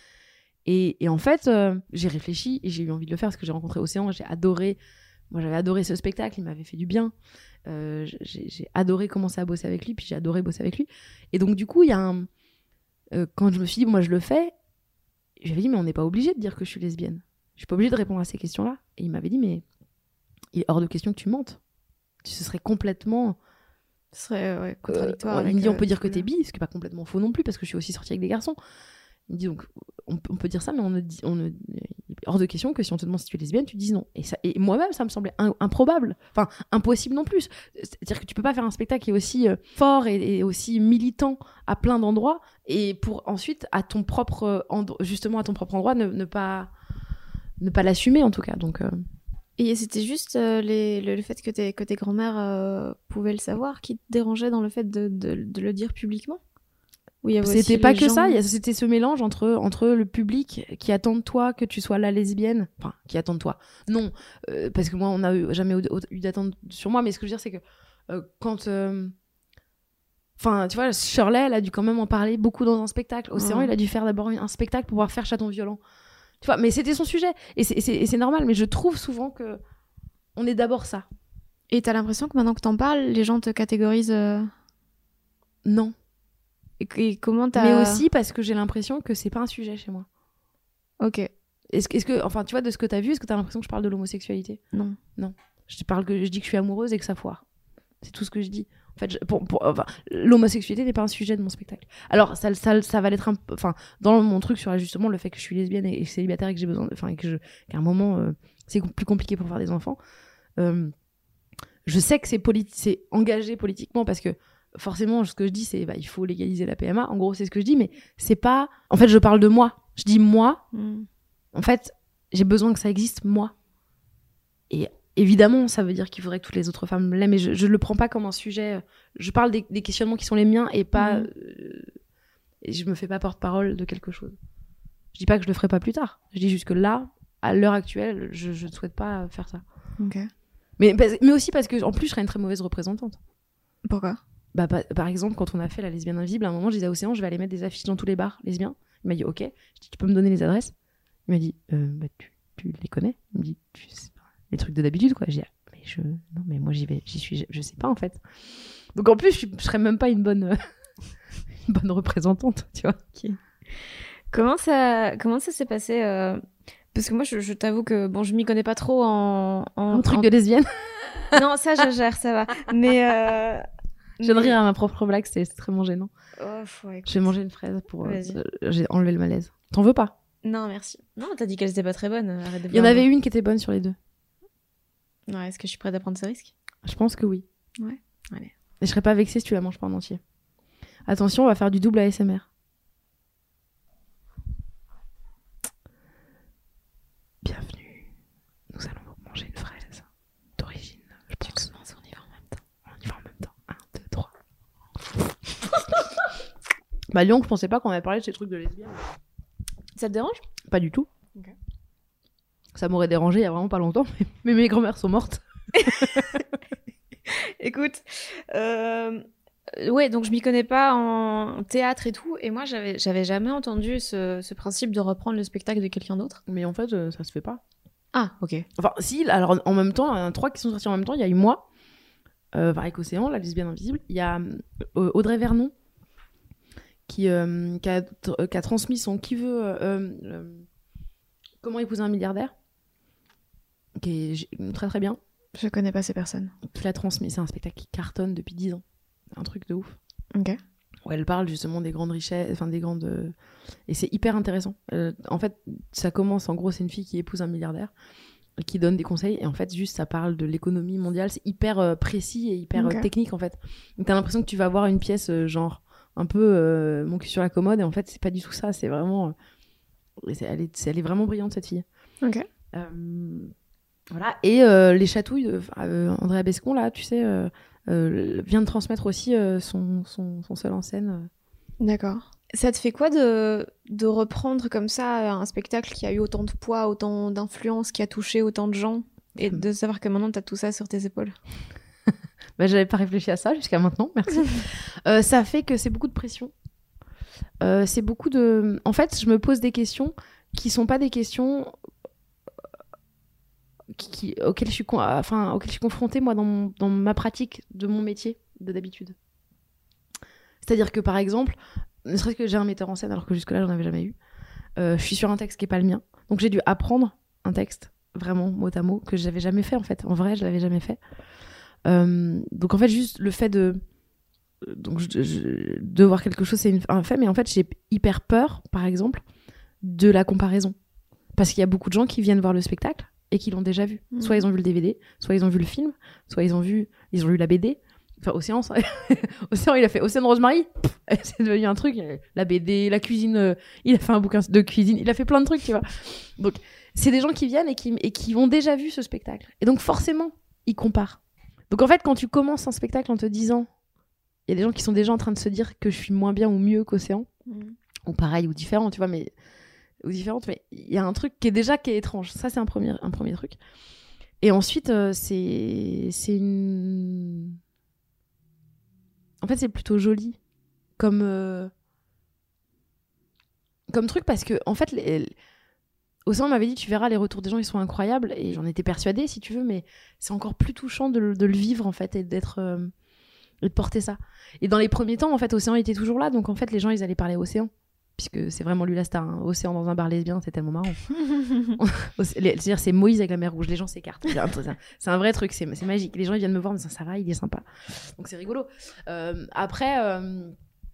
Et, et en fait euh, j'ai réfléchi et j'ai eu envie de le faire parce que j'ai rencontré Océan, j'ai adoré, moi j'avais adoré ce spectacle, il m'avait fait du bien, euh, j'ai, j'ai adoré commencer à bosser avec lui, puis j'ai adoré bosser avec lui, et donc du coup il y a un euh, quand je me suis dit moi je le fais, j'avais dit mais on n'est pas obligé de dire que je suis lesbienne. Je suis pas obligée de répondre à ces questions-là. Et il m'avait dit, mais il est hors de question que tu mentes. Ce serait complètement... Ce serait ouais, contradictoire. Euh, il me dit, on peut dire que t'es bi, ce qui n'est pas complètement faux non plus, parce que je suis aussi sortie avec des garçons. Il me dit, donc, on, on peut dire ça, mais on ne dit, on ne, il est hors de question que si on te demande si tu es lesbienne, tu dises non. Et, ça, et moi-même, ça me semblait in, improbable. Enfin, impossible non plus. C'est-à-dire que tu peux pas faire un spectacle qui est aussi euh, fort et, et aussi militant à plein d'endroits, et pour ensuite, à ton propre, endro- justement à ton propre endroit, ne, ne pas... ne pas l'assumer en tout cas. Donc, euh... Et c'était juste euh, les, le, le fait que tes, que tes grands-mères euh, pouvaient le savoir qui te dérangeait dans le fait de, de, de le dire publiquement ? Ou il y avait c'était pas que gens... ça, c'était ce mélange entre, entre le public qui attend de toi que tu sois la lesbienne, enfin qui attend de toi, non, euh, parce que moi on n'a eu, jamais eu, eu d'attente sur moi, mais ce que je veux dire c'est que euh, quand... Enfin, euh... tu vois, Shirley, elle a dû quand même en parler beaucoup dans un spectacle. Océan, ouais. Il a dû faire d'abord un spectacle pour pouvoir faire Chaton Violent. Tu vois, mais c'était son sujet, et c'est, et, c'est, et c'est normal, mais je trouve souvent que on est d'abord ça. Et t'as l'impression que maintenant que t'en parles, les gens te catégorisent euh... Non. Et, et comment t'as... Mais aussi parce que j'ai l'impression que c'est pas un sujet chez moi. Ok. Est-ce, est-ce que, enfin, tu vois, de ce que t'as vu, est-ce que t'as l'impression que je parle de l'homosexualité ? Non. Non. Je, te parle que, je dis que je suis amoureuse et que ça foire. C'est tout ce que je dis. En fait, je, pour, pour, enfin, l'homosexualité n'est pas un sujet de mon spectacle. Alors, ça, ça, ça va l'être un peu... Enfin, dans mon truc sur justement le fait que je suis lesbienne et, et célibataire et que j'ai besoin... Enfin, que je, qu'à un moment, euh, c'est plus compliqué pour faire des enfants. Euh, je sais que c'est, politi- c'est engagé politiquement parce que forcément, ce que je dis, c'est bah, il faut légaliser la P M A. En gros, c'est ce que je dis, mais c'est pas... En fait, je parle de moi. Je dis moi. Mm. En fait, j'ai besoin que ça existe, moi. Et... Évidemment, ça veut dire qu'il faudrait que toutes les autres femmes l'aiment, mais je ne le prends pas comme un sujet. Je parle des, des questionnements qui sont les miens et pas. Mmh. Euh, et je me fais pas porte-parole de quelque chose. Je dis pas que je le ferai pas plus tard. Je dis juste que là, à l'heure actuelle, je, je ne souhaite pas faire ça. Ok. Mais, mais aussi parce que, en plus, je serais une très mauvaise représentante. Pourquoi ? Bah, par, par exemple, quand on a fait la lesbienne invisible, à un moment, je disais à Océan, je vais aller mettre des affiches dans tous les bars lesbiens. Il m'a dit, ok. Je dis, tu peux me donner les adresses ? Il m'a dit, euh, bah, tu, tu les connais ? Il me dit, tu sais. Les trucs de d'habitude, quoi. J'ai dit, mais je, non, mais moi, j'y vais, j'y suis, je, je sais pas, en fait. Donc, en plus, je, je serais même pas une bonne, euh, une bonne représentante, tu vois. Okay. Comment ça, comment ça s'est passé, euh... parce que moi, je, je t'avoue que, bon, je m'y connais pas trop en, en, en truc en... de lesbienne. Non, ça, je gère, ça va. Mais, euh... je viens de rire à ma propre blague, c'est extrêmement gênant. Oh, ouais, j'ai mangé une fraise pour, euh, j'ai enlevé le malaise. T'en veux pas? Non, merci. Non, t'as dit qu'elles étaient pas très bonnes. Arrête de Il y en avait une qui était bonne sur les deux. Ouais, est-ce que je suis prête à prendre ce risque ? Je pense que oui. Ouais, allez. Et je serais pas vexée si tu la manges pas en entier. Attention, on va faire du double A S M R. Bienvenue. Nous allons manger une fraise d'origine, je pense. Commence, on y va en même temps. On y va en même temps. Un, deux, trois. Bah Lyon, je pensais pas qu'on avait parlé de ces trucs de lesbiennes. Ça te dérange ? Pas du tout. Okay. Ça m'aurait dérangé il y a vraiment pas longtemps, mais, mais mes grand-mères sont mortes. Écoute, euh, ouais, donc je m'y connais pas en théâtre et tout, et moi j'avais, j'avais jamais entendu ce, ce principe de reprendre le spectacle de quelqu'un d'autre. Mais en fait, euh, ça se fait pas. Ah, ok. Enfin, si, alors en même temps, il y en a trois qui sont sortis en même temps. Il y a eu moi, euh, avec Océan, la lesbienne invisible. Il y a euh, Audrey Vernon, qui, euh, qui, a, euh, qui a transmis son Qui veut. Euh, euh, Comment épouser un milliardaire, qui est très très bien. Je connais pas ces personnes. Qui l'a transmis. C'est un spectacle qui cartonne depuis dix ans. C'est un truc de ouf. Ok. Où elle parle justement des grandes richesses, enfin des grandes. Euh... Et c'est hyper intéressant. Euh, en fait, ça commence, en gros, c'est une fille qui épouse un milliardaire, qui donne des conseils, et en fait, juste ça parle de l'économie mondiale. C'est hyper euh, précis et hyper okay. euh, technique, en fait. Donc t'as l'impression que tu vas voir une pièce, euh, genre, un peu euh, mon cul sur la commode, et en fait, c'est pas du tout ça. C'est vraiment. Euh... C'est... Elle, est... elle est vraiment brillante, cette fille. Ok. Euh... Voilà. Et euh, les chatouilles de euh, Andrea Bescon, là, tu sais. Euh... Euh, vient de transmettre aussi euh, son, son, son seul en scène. D'accord. Ça te fait quoi de, de reprendre comme ça un spectacle qui a eu autant de poids, autant d'influence, qui a touché autant de gens, et de savoir que maintenant t'as tout ça sur tes épaules? Bah, j'avais pas réfléchi à ça jusqu'à maintenant, merci. euh, ça fait que c'est beaucoup de pression. Euh, c'est beaucoup de... En fait, je me pose des questions qui sont pas des questions... Qui, qui, auquel je suis con, enfin auquel je suis confrontée moi dans, mon, dans ma pratique de mon métier de d'habitude. C'est-à-dire que par exemple, ne serait-ce que j'ai un metteur en scène alors que jusque-là j'en avais jamais eu. Euh, je suis sur un texte qui est pas le mien, donc j'ai dû apprendre un texte vraiment mot à mot que j'avais jamais fait en fait. En vrai, je l'avais jamais fait. Euh, donc en fait juste le fait de donc je, je, de voir quelque chose c'est une, un fait, mais en fait j'ai hyper peur par exemple de la comparaison parce qu'il y a beaucoup de gens qui viennent voir le spectacle et qui l'ont déjà vu. Mmh. Soit ils ont vu le D V D, soit ils ont vu le film, soit ils ont vu, ils ont lu la B D. Enfin, Océan, ça... Océan, il a fait Océan Rosemary. C'est devenu un truc. La B D, la cuisine. Euh... Il a fait un bouquin de cuisine. Il a fait plein de trucs, tu vois. Donc, c'est des gens qui viennent et qui, et qui ont déjà vu ce spectacle. Et donc, forcément, ils comparent. Donc, en fait, quand tu commences un spectacle en te disant, il y a des gens qui sont déjà en train de se dire que je suis moins bien ou mieux qu'Océan, mmh. ou pareil, ou différent, tu vois, mais. ou différentes, mais il y a un truc qui est déjà qui est étrange. Ça, c'est un premier, un premier truc. Et ensuite, euh, c'est, c'est une... En fait, c'est plutôt joli comme, euh... comme truc parce que, en fait, les... Océan m'avait dit, tu verras, les retours des gens, ils sont incroyables. Et j'en étais persuadée, si tu veux, mais c'est encore plus touchant de, de le vivre, en fait, et d'être... Euh... et de porter ça. Et dans les premiers temps, en fait, Océan était toujours là. Donc, en fait, les gens, ils allaient parler à Océan. Puisque c'est vraiment lui la star. Hein. Océan dans un bar lesbien, c'est tellement marrant. C'est-à-dire, c'est Moïse avec la mer rouge. Les gens s'écartent. C'est un, c'est un vrai truc, c'est, c'est magique. Les gens, ils viennent me voir, mais ça, ça va, il est sympa. Donc, c'est rigolo. Euh, après, euh...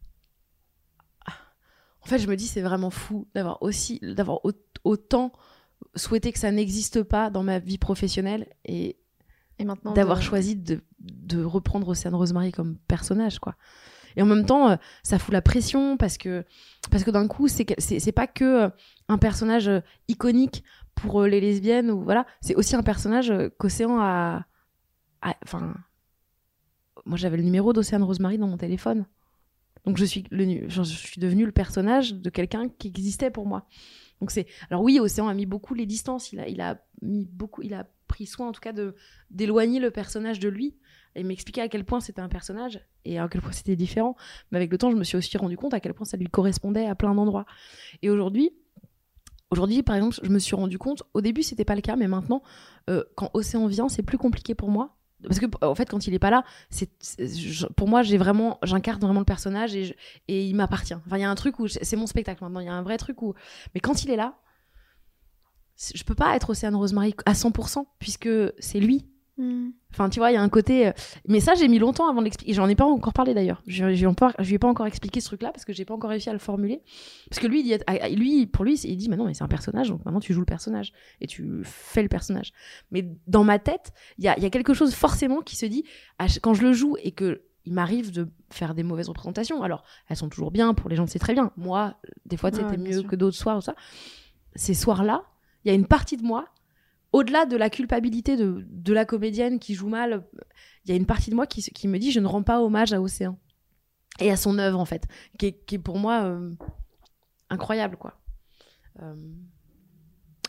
en fait, je me dis, c'est vraiment fou d'avoir aussi, d'avoir autant souhaité que ça n'existe pas dans ma vie professionnelle et, et maintenant d'avoir de... choisi de, de reprendre Océane Rosemary comme personnage, quoi. Et en même temps, euh, ça fout la pression parce que, parce que d'un coup, c'est, c'est, c'est pas que euh, un personnage euh, iconique pour euh, les lesbiennes, ou voilà, c'est aussi un personnage euh, qu'Océan a. Enfin. Moi, j'avais le numéro d'Océane Rosemary dans mon téléphone. Donc, je suis, le, je suis devenue le personnage de quelqu'un qui existait pour moi. Donc, c'est. Alors, oui, Océan a mis beaucoup les distances. Il a, il a mis beaucoup. Il a pris soin, en tout cas, de, d'éloigner le personnage de lui. Et m'expliquer à quel point c'était un personnage et à quel point c'était différent. Mais avec le temps, je me suis aussi rendu compte à quel point ça lui correspondait à plein d'endroits. Et aujourd'hui, aujourd'hui par exemple, je me suis rendu compte, au début, c'était pas le cas, mais maintenant, euh, quand Océan vient, c'est plus compliqué pour moi. Parce que, en fait, quand il est pas là, c'est, c'est, je, pour moi, j'ai vraiment, j'incarne vraiment le personnage et, je, et il m'appartient. Enfin, il y a un truc où, c'est mon spectacle maintenant, il y a un vrai truc où. Mais quand il est là, je peux pas être Océane Rosemary à cent pour cent, puisque c'est lui. Mm. Enfin, tu vois, il y a un côté. Mais ça, j'ai mis longtemps avant de l'expliquer. J'en ai pas encore parlé d'ailleurs. Je, je, je lui ai pas encore expliqué ce truc-là parce que j'ai pas encore réussi à le formuler. Parce que lui, il dit, lui pour lui, il dit, mais non, mais c'est un personnage, donc maintenant tu joues le personnage et tu fais le personnage. Mais dans ma tête, il y a, y a quelque chose forcément qui se dit, quand je le joue et que il m'arrive de faire des mauvaises représentations. Alors, elles sont toujours bien pour les gens, c'est très bien. Moi, des fois, c'était ah, mieux sûr. que d'autres soirs ou ça. Ces soirs-là, il y a une partie de moi. Au-delà de la culpabilité de, de la comédienne qui joue mal, il y a une partie de moi qui, qui me dit je ne rends pas hommage à Océan et à son œuvre en fait, qui est, qui est pour moi euh, incroyable quoi. Euh,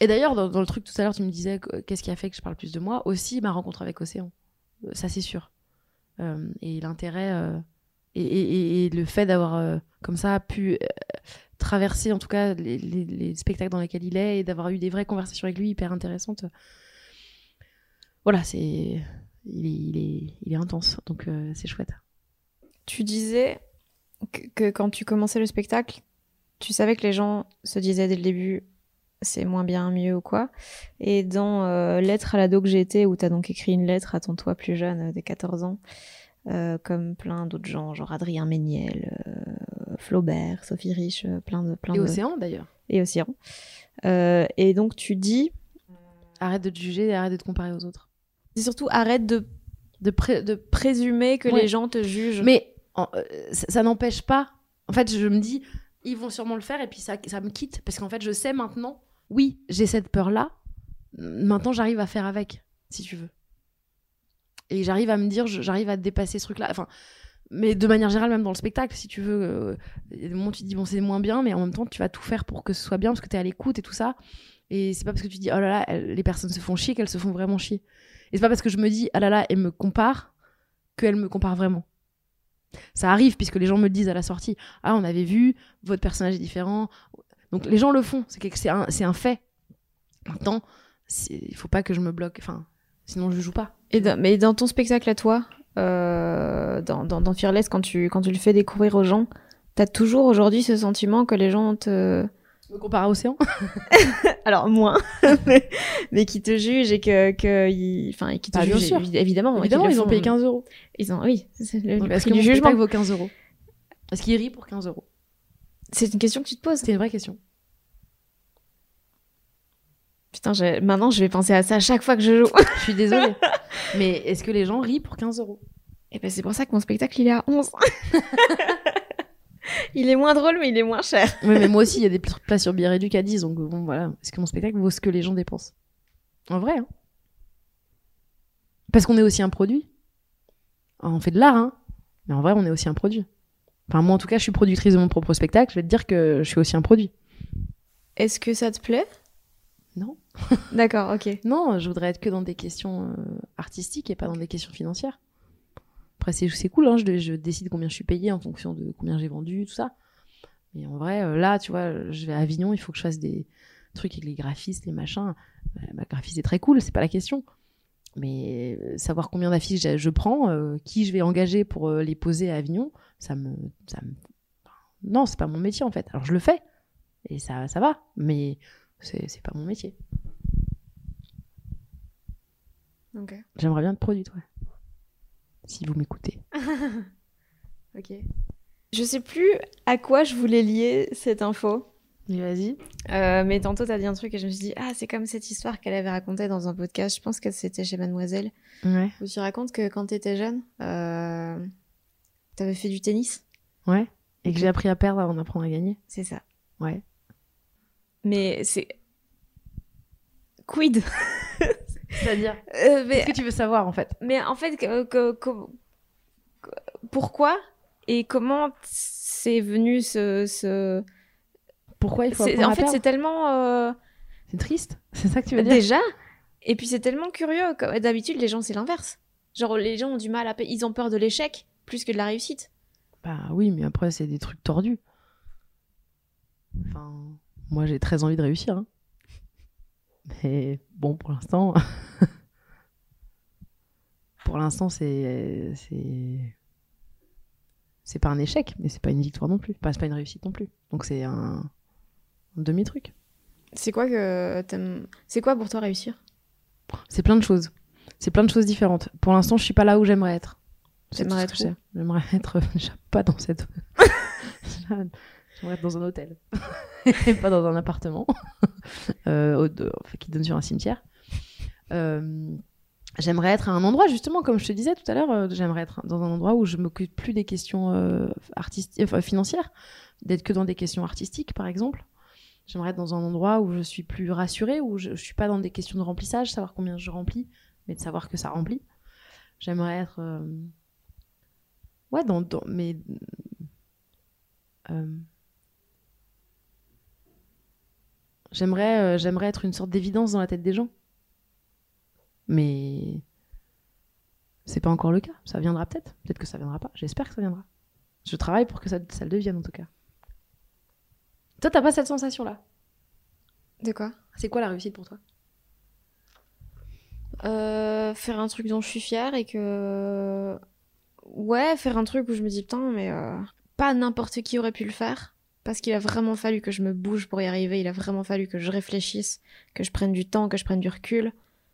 Et d'ailleurs, dans, dans le truc tout à l'heure, tu me disais que, qu'est-ce qui a fait que je parle plus de moi, aussi ma rencontre avec Océan. Euh, ça, c'est sûr. Euh, et l'intérêt euh, et, et, et le fait d'avoir euh, comme ça pu euh, traverser en tout cas les, les, les spectacles dans lesquels il est et d'avoir eu des vraies conversations avec lui hyper intéressantes. Voilà, c'est il est, il est, il est intense, donc euh, c'est chouette. Tu disais que, que quand tu commençais le spectacle, tu savais que les gens se disaient dès le début c'est moins bien, mieux ou quoi. Et dans euh, Lettre à l'ado que j'ai été, où t'as donc écrit une lettre à ton toi plus jeune, euh, des quatorze ans, euh, comme plein d'autres gens, genre Adrien Méniel, euh, Flaubert, Sophie Rich, euh, plein de... Plein et de... Océan d'ailleurs. Et Océan. Euh, et donc tu dis... Arrête de te juger et arrête de te comparer aux autres. C'est surtout arrête de, De, pré- de... présumer que Ouais. les gens te jugent. Mais en- euh, ça, ça n'empêche pas. En fait, je me dis, ils vont sûrement le faire et puis ça, ça me quitte. Parce qu'en fait, je sais maintenant, oui, j'ai cette peur-là. Maintenant, j'arrive à faire avec, si tu veux. Et j'arrive à me dire, je- j'arrive à dépasser ce truc-là. Enfin, mais de manière générale, même dans le spectacle, si tu veux, euh, il y a des moments où tu te dis, bon, c'est moins bien, mais en même temps, tu vas tout faire pour que ce soit bien parce que tu es à l'écoute et tout ça. Et c'est pas parce que tu dis, oh là là, elles- les personnes se font chier qu'elles se font vraiment chier. Et c'est pas parce que je me dis, ah là là, elles me comparent, qu'elles me comparent vraiment. Ça arrive puisque les gens me le disent à la sortie. Ah, on avait vu, votre personnage est différent. Donc les gens le font, c'est, quelque- c'est, un, c'est un fait. Maintenant, c'est- il faut pas que je me bloque, enfin, sinon je joue pas. Et dans- mais dans ton spectacle à toi, euh, dans, dans, dans Fearless, quand tu, quand tu le fais découvrir aux gens, t'as toujours aujourd'hui ce sentiment que les gens te... Me comparer à Océan. Alors moins, mais, mais qui te jugent et que, que ils, enfin, et qui te Bah, bien jugent sûr. évi- évidemment. Évidemment, qu'ils le ils ont font. payé quinze euros. Ils ont, oui, c'est le, Donc, le est-ce prix que du mon jugement. spectacle vaut quinze euros? Est-ce qu'il rit pour quinze euros? C'est une question que tu te poses. C'était une vraie question. Putain, j'ai- maintenant je vais penser à ça à chaque fois que je joue. Je suis désolée. Mais est-ce que les gens rient pour quinze euros? Et ben c'est pour ça que mon spectacle il est à onze. Il est moins drôle mais il est moins cher. Oui, mais moi aussi, il y a des places sur Billet Réduc à dix, donc bon, voilà. Est-ce que mon spectacle vaut ce que les gens dépensent? En vrai, hein. Parce qu'on est aussi un produit. On fait de l'art, hein. Mais en vrai, on est aussi un produit. Enfin, moi, en tout cas, je suis productrice de mon propre spectacle. Je vais te dire que je suis aussi un produit. Est-ce que ça te plaît? Non. D'accord, ok. Non, je voudrais être que dans des questions euh, artistiques et pas dans des questions financières. Après, c'est, c'est cool, hein. Je, je décide combien je suis payée en fonction de combien j'ai vendu, tout ça. Mais en vrai, euh, là, tu vois, je vais à Avignon, il faut que je fasse des trucs avec les graphistes, les machins. Euh, ma graphiste est très cool, c'est pas la question. Mais euh, savoir combien d'affiches je, je prends, euh, qui je vais engager pour euh, les poser à Avignon, ça me, ça me... Non, c'est pas mon métier en fait. Alors je le fais, et ça, ça va, mais c'est, c'est pas mon métier. Ok. J'aimerais bien être produite, ouais. Si vous m'écoutez. Ok. Je sais plus à quoi je voulais lier cette info. Mais vas-y. Euh, mais tantôt, t'as dit un truc et je me suis dit, ah, c'est comme cette histoire qu'elle avait racontée dans un podcast. Je pense que c'était chez Mademoiselle. Ouais. Où tu racontes que quand t'étais jeune, euh, t'avais fait du tennis. Ouais. Et que j'ai appris à perdre avant d'apprendre à gagner. C'est ça. Ouais. Mais c'est... Quid? C'est-à-dire Euh, mais, Qu'est-ce que tu veux savoir en fait? mais en fait, que- que- que- que- pourquoi et comment c'est venu ce... ce... Pourquoi il faut c'est- apprendre En à fait, perdre? c'est tellement... euh, C'est triste. C'est ça que tu veux dire? Déjà, et puis c'est tellement curieux. Comme- D'habitude, les gens, c'est l'inverse. Genre, les gens ont du mal à... pa- Ils ont peur de l'échec plus que de la réussite. Bah oui, mais après, c'est des trucs tordus. Enfin, moi, j'ai très envie de réussir. Hein. Mais bon, pour l'instant... pour l'instant, c'est... c'est... C'est pas un échec, mais c'est pas une victoire non plus. Enfin, c'est pas une réussite non plus. Donc c'est un, un demi-truc. C'est quoi que t'aimes... C'est quoi pour toi réussir? C'est plein de choses. C'est plein de choses différentes. Pour l'instant, je suis pas là où j'aimerais être. C'est T'aimerais tout ce que être je sais. J'aimerais être déjà pas dans cette... J'aimerais être dans un hôtel. Et pas dans un appartement. euh, au- de- enfin, qui donne sur un cimetière. Euh, j'aimerais être à un endroit, justement, comme je te disais tout à l'heure, euh, j'aimerais être dans un endroit où je m'occupe plus des questions euh, artisti- enfin, financières, d'être que dans des questions artistiques, par exemple. J'aimerais être dans un endroit où je suis plus rassurée, où je, je suis pas dans des questions de remplissage, savoir combien je remplis, mais de savoir que ça remplit. J'aimerais être... euh, Ouais, dans... dans mais... Euh... J'aimerais, euh, j'aimerais être une sorte d'évidence dans la tête des gens. Mais c'est pas encore le cas. Ça viendra peut-être. Peut-être que ça viendra pas. J'espère que ça viendra. Je travaille pour que ça, ça le devienne en tout cas. Toi, t'as pas cette sensation-là? De quoi? C'est quoi la réussite pour toi? euh, Faire un truc dont je suis fière et que... Ouais, faire un truc où je me dis, putain, mais euh, pas n'importe qui aurait pu le faire. Parce qu'il a vraiment fallu que je me bouge pour y arriver. Il a vraiment fallu que je réfléchisse, que je prenne du temps, que je prenne du recul.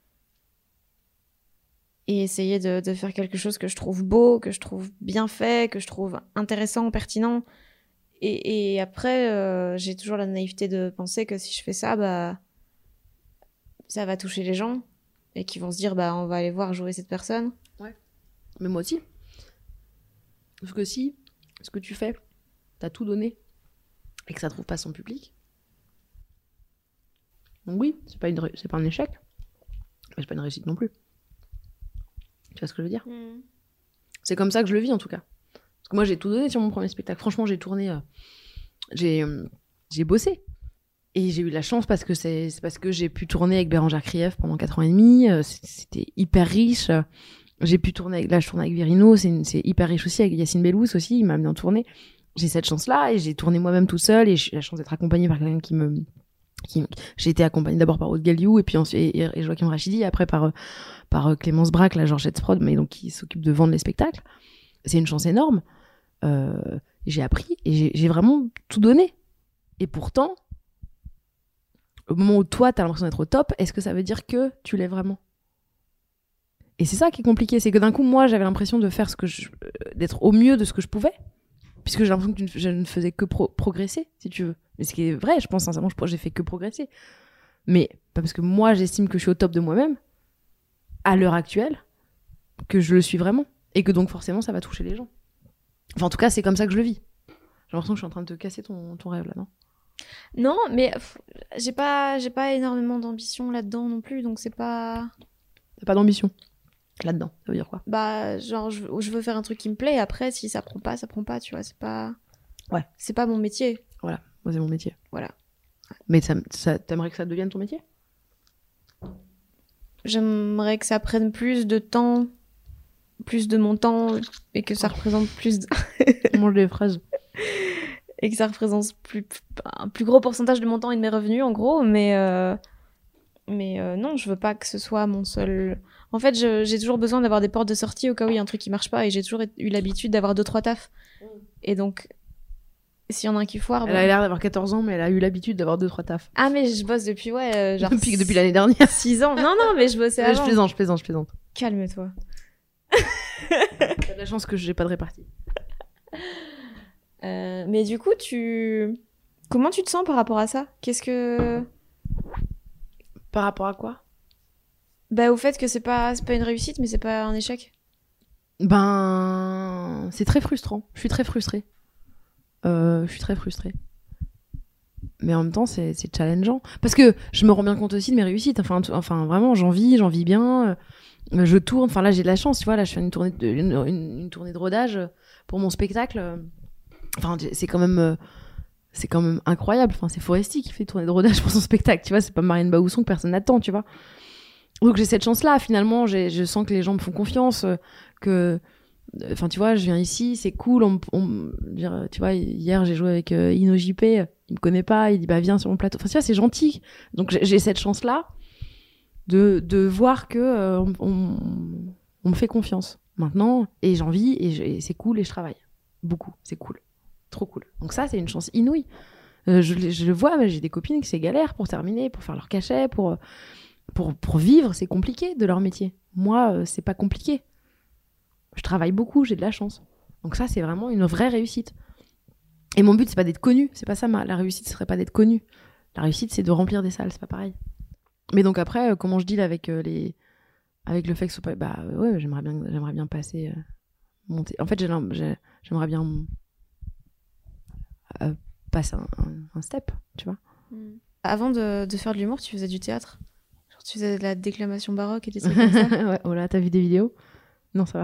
Et essayer de, de faire quelque chose que je trouve beau, que je trouve bien fait, que je trouve intéressant, pertinent. Et, et après, euh, j'ai toujours la naïveté de penser que si je fais ça, bah, ça va toucher les gens. Et qu'ils vont se dire, bah, on va aller voir jouer cette personne. Ouais. Mais moi aussi. Parce que si ce que tu fais, t'as tout donné et que ça trouve pas son public, donc oui, c'est pas, une ré- c'est pas un échec, mais c'est pas une réussite non plus. Tu vois ce que je veux dire? mm. C'est comme ça que je le vis en tout cas. Parce que moi j'ai tout donné sur mon premier spectacle. Franchement, j'ai tourné, euh, j'ai, euh, j'ai bossé. Et j'ai eu la chance parce que c'est, c'est parce que j'ai pu tourner avec Bérangère Krief pendant quatre ans et demi. Euh, c'était hyper riche. J'ai pu tourner avec, là je tourne avec Virino, c'est, une, c'est hyper riche aussi, avec Yacine Bellous aussi, il m'a amené en tournée. J'ai cette chance-là et j'ai tourné moi-même toute seule et j'ai la chance d'être accompagnée par quelqu'un qui me... Qui, j'ai été accompagnée d'abord par Aude Galliou et puis ensuite et, et Joachim Rachidi, et après par, par Clémence Braque, la Georgette Sprod, mais donc qui s'occupe de vendre les spectacles. C'est une chance énorme. Euh, j'ai appris et j'ai, j'ai vraiment tout donné. Et pourtant, au moment où toi t'as l'impression d'être au top, est-ce que ça veut dire que tu l'es vraiment? Et c'est ça qui est compliqué, c'est que d'un coup, moi, j'avais l'impression de faire ce que je... d'être au mieux de ce que je pouvais, puisque j'ai l'impression que je ne faisais que pro- progresser, si tu veux. Mais ce qui est vrai, je pense sincèrement, je j'ai fait que progresser. Mais pas parce que moi, j'estime que je suis au top de moi-même, à l'heure actuelle, que je le suis vraiment. Et que donc, forcément, ça va toucher les gens. Enfin, en tout cas, c'est comme ça que je le vis. J'ai l'impression que je suis en train de te casser ton, ton rêve, là, non? Non, mais pff, j'ai pas, j'ai pas énormément d'ambition là-dedans non plus, donc c'est pas... T'as pas d'ambition là-dedans, ça veut dire quoi? Bah, genre, je, je veux faire un truc qui me plaît, après, si ça prend pas, ça prend pas, tu vois, c'est pas... Ouais. C'est pas mon métier. Voilà, moi, c'est mon métier. Voilà. Mais ça, ça, t'aimerais que ça devienne ton métier? J'aimerais que ça prenne plus de temps, plus de mon temps, et que ça représente plus de... On mange des fraises. Et que ça représente plus, un plus gros pourcentage de mon temps et de mes revenus, en gros, mais... Euh... Mais euh, non, je veux pas que ce soit mon seul... En fait, je, j'ai toujours besoin d'avoir des portes de sortie au cas où il y a un truc qui marche pas, et j'ai toujours eu l'habitude d'avoir deux, trois tafs. Mm. Et donc, s'il y en a un qui foire... Elle bon... a l'air d'avoir quatorze ans, mais elle a eu l'habitude d'avoir deux, trois tafs. Ah, mais je bosse depuis, ouais, euh, genre... Depuis, depuis l'année dernière. six ans. Non, non, mais je bossais avant. Je plaisante, je plaisante, je plaisante. Calme-toi. T'as de la chance que j'ai pas de répartie. Euh, mais du coup, tu... Comment tu te sens par rapport à ça? Qu'est-ce que... Par rapport à quoi? Bah, au fait que c'est pas, c'est pas une réussite, mais c'est pas un échec. Ben... C'est très frustrant. Je suis très frustrée. Euh, je suis très frustrée. Mais en même temps, c'est, c'est challengeant. Parce que je me rends bien compte aussi de mes réussites. Enfin, t- enfin vraiment, j'en vis, j'en vis bien. Euh, je tourne. Enfin, là, j'ai de la chance. Tu vois, là, je fais une tournée de, une, une, une tournée de rodage pour mon spectacle. Enfin, c'est quand même... Euh, c'est quand même incroyable. Enfin, c'est Foresti qui fait une tournée de rodage pour son spectacle. Tu vois, c'est pas Marine Baousson que personne n'attend, tu vois. Donc, j'ai cette chance-là. Finalement, j'ai, je sens que les gens me font confiance. Que... Enfin, tu vois, je viens ici, c'est cool. On, on, tu vois, hier, j'ai joué avec euh, Ino J P. Il me connaît pas. Il dit, bah, viens sur mon plateau. Enfin, tu vois, c'est gentil. Donc, j'ai, j'ai cette chance-là de, de voir que euh, on, on, on me fait confiance maintenant. Et j'en vis. Et, je, et c'est cool. Et je travaille. Beaucoup. C'est cool. Trop cool. Donc, ça, c'est une chance inouïe. Euh, je, je le vois, j'ai des copines qui c'est galère pour terminer, pour faire leur cachet, pour, pour, pour vivre. C'est compliqué de leur métier. Moi, euh, c'est pas compliqué. Je travaille beaucoup, j'ai de la chance. Donc ça, c'est vraiment une vraie réussite. Et mon but, c'est pas d'être connu. C'est pas ça, ma... la réussite, ce serait pas d'être connu. La réussite, c'est de remplir des salles, c'est pas pareil. Mais donc après, euh, comment je deal avec euh, les... avec le fait que ce soit pas... Bah euh, ouais, j'aimerais bien, j'aimerais bien passer... Euh, monter... En fait, j'ai... J'ai... j'aimerais bien euh, passer un, un, un step, tu vois. Mmh. Avant de, de faire de l'humour, tu faisais du théâtre? Genre, tu faisais de la déclamation baroque et des trucs comme ça? Ouais, oh là, t'as vu des vidéos? Non, ça va.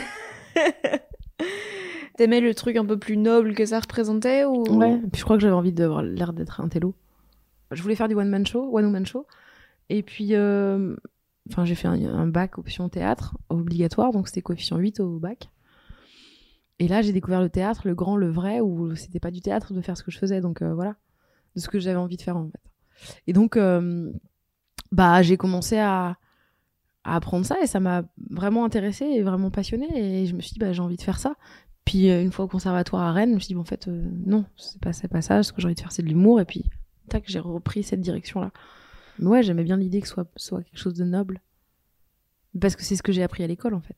T'aimais le truc un peu plus noble que ça représentait ou... Ouais, puis je crois que j'avais envie d'avoir l'air d'être un télo. je voulais faire du one man show, one woman show. Et puis, euh, enfin, j'ai fait un, un bac option théâtre obligatoire, donc c'était coefficient huit au bac. Et là, j'ai découvert le théâtre, le grand, le vrai, où c'était pas du théâtre de faire ce que je faisais, donc euh, voilà, de ce que j'avais envie de faire en fait. Et donc, euh, bah, j'ai commencé à, à apprendre ça et ça m'a vraiment intéressée et vraiment passionnée. Et je me suis dit, bah, j'ai envie de faire ça. Puis euh, une fois au conservatoire à Rennes, je me suis dit, bon, en fait, euh, non, c'est pas, c'est pas ça. Ce que j'ai envie de faire, c'est de l'humour. Et puis, tac, j'ai repris cette direction-là. Mais ouais, j'aimais bien l'idée que ce soit, soit quelque chose de noble. Parce que c'est ce que j'ai appris à l'école, en fait.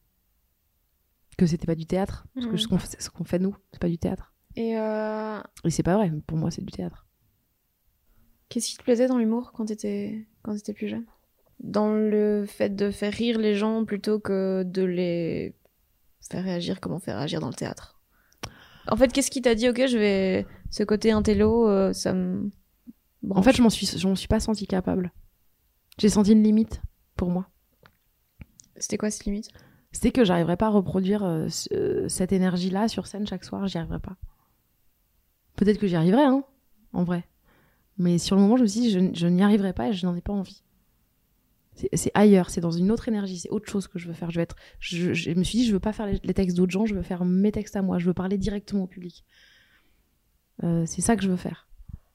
Que c'était pas du théâtre. Parce Mmh. que ce qu'on fait, ce qu'on fait nous, c'est pas du théâtre. Et euh, Et c'est pas vrai. Pour moi, c'est du théâtre. qu'est-ce qui te plaisait dans l'humour quand t'étais quand t'étais plus jeune? Dans le fait de faire rire les gens plutôt que de les faire réagir comme on fait réagir dans le théâtre. En fait, qu'est-ce qui t'a dit, ok, je vais... Ce côté intello, euh, ça me... En fait, je m'en suis, je m'en suis pas sentie capable. J'ai senti une limite pour moi. C'était quoi cette limite? C'était que j'arriverais pas à reproduire euh, ce- cette énergie-là sur scène chaque soir, j'y arriverais pas. Peut-être que j'y arriverais, hein, en vrai. Mais sur le moment, je me suis dit, je, je n'y arriverai pas et je n'en ai pas envie. C'est, c'est ailleurs, c'est dans une autre énergie, c'est autre chose que je veux faire. Je, veux être, je, je me suis dit, je veux pas faire les, les textes d'autres gens, je veux faire mes textes à moi, je veux parler directement au public. Euh, c'est ça que je veux faire.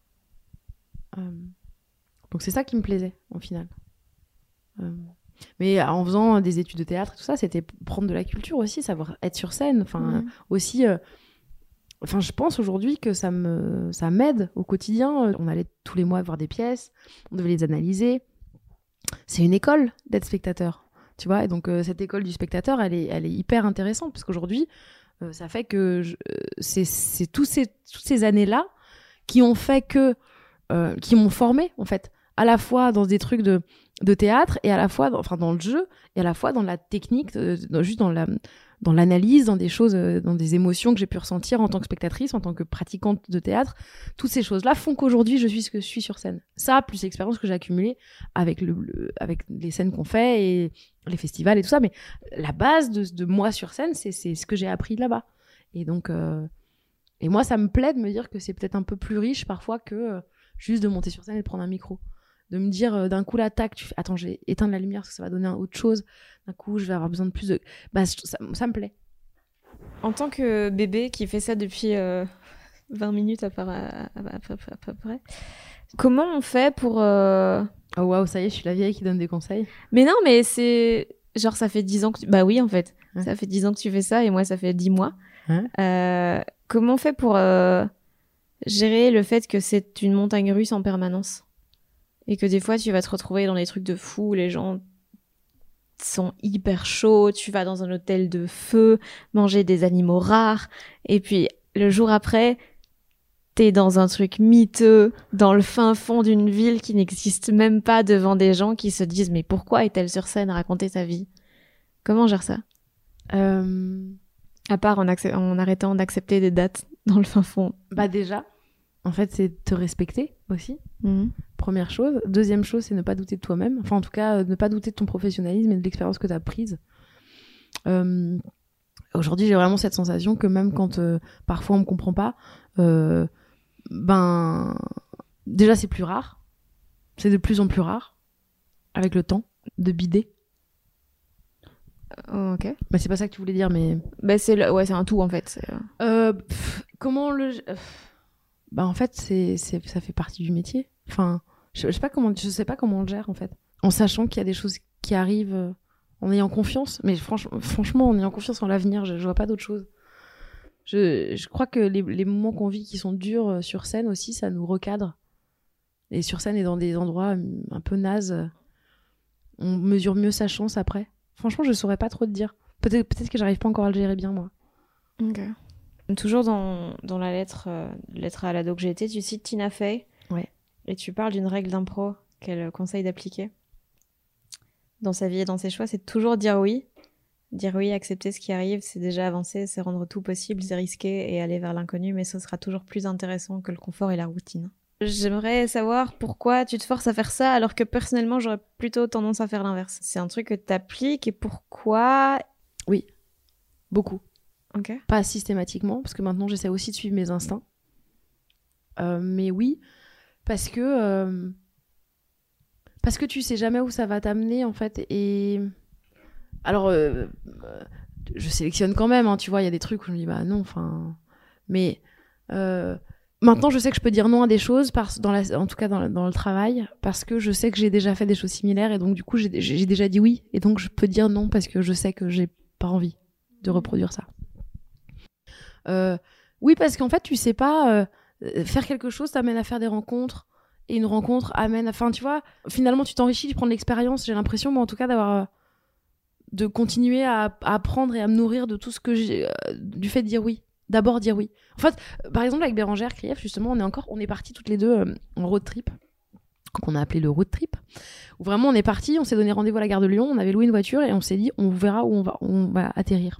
Euh, donc c'est ça qui me plaisait, au final. Euh, mais en faisant des études de théâtre et tout ça, c'était prendre de la culture aussi, savoir être sur scène. Enfin, Mmh. aussi... euh, Enfin, je pense aujourd'hui que ça me, ça m'aide au quotidien. On allait tous les mois voir des pièces, on devait les analyser. C'est une école d'être spectateur, tu vois. Et donc euh, cette école du spectateur, elle est, elle est hyper intéressante parce qu'aujourd'hui, euh, ça fait que je, euh, c'est, c'est tous ces, toutes ces années-là qui ont fait que, euh, qui m'ont formé en fait, à la fois dans des trucs de, de théâtre et à la fois, dans, enfin dans le jeu et à la fois dans la technique, euh, dans, juste dans la dans l'analyse, dans des choses, euh, dans des émotions que j'ai pu ressentir en tant que spectatrice, en tant que pratiquante de théâtre. Toutes ces choses-là font qu'aujourd'hui, je suis ce que je suis sur scène. Ça, plus l'expérience que j'ai accumulée avec, le, le, avec les scènes qu'on fait et les festivals et tout ça. Mais la base de, de moi sur scène, c'est, c'est ce que j'ai appris là-bas. Et donc, euh, et moi, ça me plaît de me dire que c'est peut-être un peu plus riche parfois que euh, juste de monter sur scène et de prendre un micro. De me dire euh, d'un coup l'attaque, tu fais attends, je vais éteindre la lumière parce que ça va donner un autre chose. D'un coup, je vais avoir besoin de plus de. Bah, ça, ça me plaît. En tant que bébé qui fait ça depuis euh, vingt minutes à, par, à, à, à, à peu près, comment on fait pour... Euh... Oh waouh, ça y est, je suis la vieille qui donne des conseils. Mais non, mais c'est... Genre, ça fait dix ans que tu... Bah oui, en fait. Ouais. Ça fait dix ans que tu fais ça et moi, ça fait dix mois. Ouais. Euh, comment on fait pour euh, gérer le fait que c'est une montagne russe en permanence? Et que des fois, tu vas te retrouver dans des trucs de fou où les gens sont hyper chauds, tu vas dans un hôtel de feu, manger des animaux rares, et puis le jour après, t'es dans un truc miteux, dans le fin fond d'une ville qui n'existe même pas, devant des gens qui se disent « Mais pourquoi est-elle sur scène à raconter sa vie ?» Comment on gère ça? euh... À part en, accep- en arrêtant d'accepter des dates dans le fin fond. Bah déjà, en fait, c'est te respecter aussi. Mmh. Première chose. Deuxième chose, c'est ne pas douter de toi-même. Enfin, en tout cas, euh, ne pas douter de ton professionnalisme et de l'expérience que tu as prise. Euh, aujourd'hui, j'ai vraiment cette sensation que même quand euh, parfois on me comprend pas, euh, ben déjà c'est plus rare. C'est de plus en plus rare avec le temps de bider. Oh, ok. Bah, c'est pas ça que tu voulais dire, mais Bah, c'est, le... ouais, c'est un tout en fait. C'est... euh, pff, comment le euh, bah en fait c'est, c'est ça fait partie du métier. Enfin, je, je sais pas comment je sais pas comment on le gère en fait. En sachant qu'il y a des choses qui arrivent, euh, en ayant confiance, mais franchement franchement en ayant confiance en l'avenir, je, je vois pas d'autre chose. Je, je crois que les, les moments qu'on vit qui sont durs euh, sur scène aussi, ça nous recadre. Et sur scène et dans des endroits euh, un peu nazes, euh, on mesure mieux sa chance après. Franchement, je saurais pas trop te dire. Peut-être, peut-être que j'arrive pas encore à le gérer bien, moi. Ok. Toujours dans, dans la lettre, euh, lettre à l'ado que j'ai été, tu cites Tina Fey. Ouais. Et tu parles d'une règle d'impro qu'elle conseille d'appliquer dans sa vie et dans ses choix, c'est toujours dire oui. Dire oui, accepter ce qui arrive, c'est déjà avancer, c'est rendre tout possible, c'est risquer et aller vers l'inconnu, mais ce sera toujours plus intéressant que le confort et la routine. J'aimerais savoir pourquoi tu te forces à faire ça alors que personnellement j'aurais plutôt tendance à faire l'inverse. C'est un truc que t'appliques et pourquoi? Oui, beaucoup. Ok. Pas systématiquement, parce que maintenant j'essaie aussi de suivre mes instincts. Euh, mais oui, parce que euh, parce que tu sais jamais où ça va t'amener en fait. Et alors euh, je sélectionne quand même, hein, tu vois, il y a des trucs où je me dis bah non, enfin, mais euh, maintenant je sais que je peux dire non à des choses, par, dans la, en tout cas dans, dans le travail, parce que je sais que j'ai déjà fait des choses similaires et donc du coup j'ai, j'ai déjà dit oui et donc je peux dire non parce que je sais que j'ai pas envie de reproduire ça. Euh, oui, parce qu'en fait tu sais pas, euh, faire quelque chose t'amène à faire des rencontres. Et une rencontre amène, enfin tu vois, finalement tu t'enrichis, tu prends de l'expérience, j'ai l'impression, moi en tout cas, d'avoir, euh, de continuer à, à apprendre et à me nourrir de tout ce que j'ai, euh, du fait de dire oui, d'abord dire oui. En fait, euh, par exemple avec Bérangère Krief, justement, on est encore, on est partis toutes les deux euh, en road trip, qu'on a appelé le road trip, où vraiment on est partis, on s'est donné rendez-vous à la gare de Lyon, on avait loué une voiture et on s'est dit, on verra où on va, on va atterrir.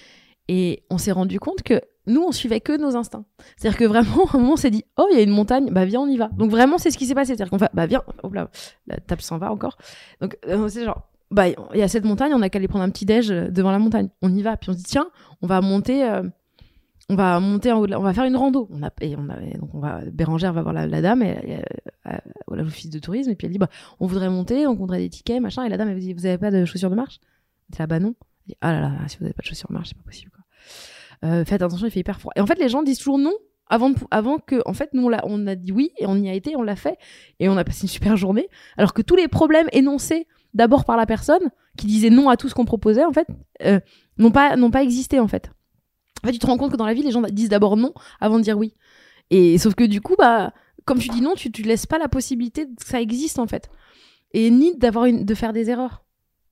Et on s'est rendu compte que nous, on suivait que nos instincts. C'est-à-dire que vraiment, à un moment, on s'est dit, oh, il y a une montagne, bah viens, on y va. Donc vraiment, c'est ce qui s'est passé. C'est-à-dire qu'on va, bah viens, hop là, la table s'en va encore. Donc euh, c'est genre, bah il y a cette montagne, on a qu'à aller prendre un petit déj devant la montagne. On y va, puis on se dit, tiens, on va monter, euh, on va monter en haut, de la... on va faire une rando. On a, et on a, et donc on va, Bérangère va voir la, la dame, et, et, à, à l'office de tourisme, et puis elle dit, bah on voudrait monter, on voudrait des tickets, machin. Et la dame elle dit, vous avez pas de chaussures de marche? Elle dit, ah bah non. Elle dit, ah là là, si vous avez pas de chaussures de marche, c'est pas possible quoi. Euh, faites attention, il fait hyper froid. Et en fait, les gens disent toujours non avant, de, avant que, en fait, nous, on a, on a dit oui et on y a été, on l'a fait et on a passé une super journée. Alors que tous les problèmes énoncés d'abord par la personne qui disait non à tout ce qu'on proposait, en fait, euh, n'ont pas, n'ont pas existé, en fait. En fait, tu te rends compte que dans la vie, les gens disent d'abord non avant de dire oui. Et sauf que du coup, bah, comme tu dis non, tu, tu laisses pas la possibilité que ça existe, en fait. Et ni d'avoir une, de faire des erreurs.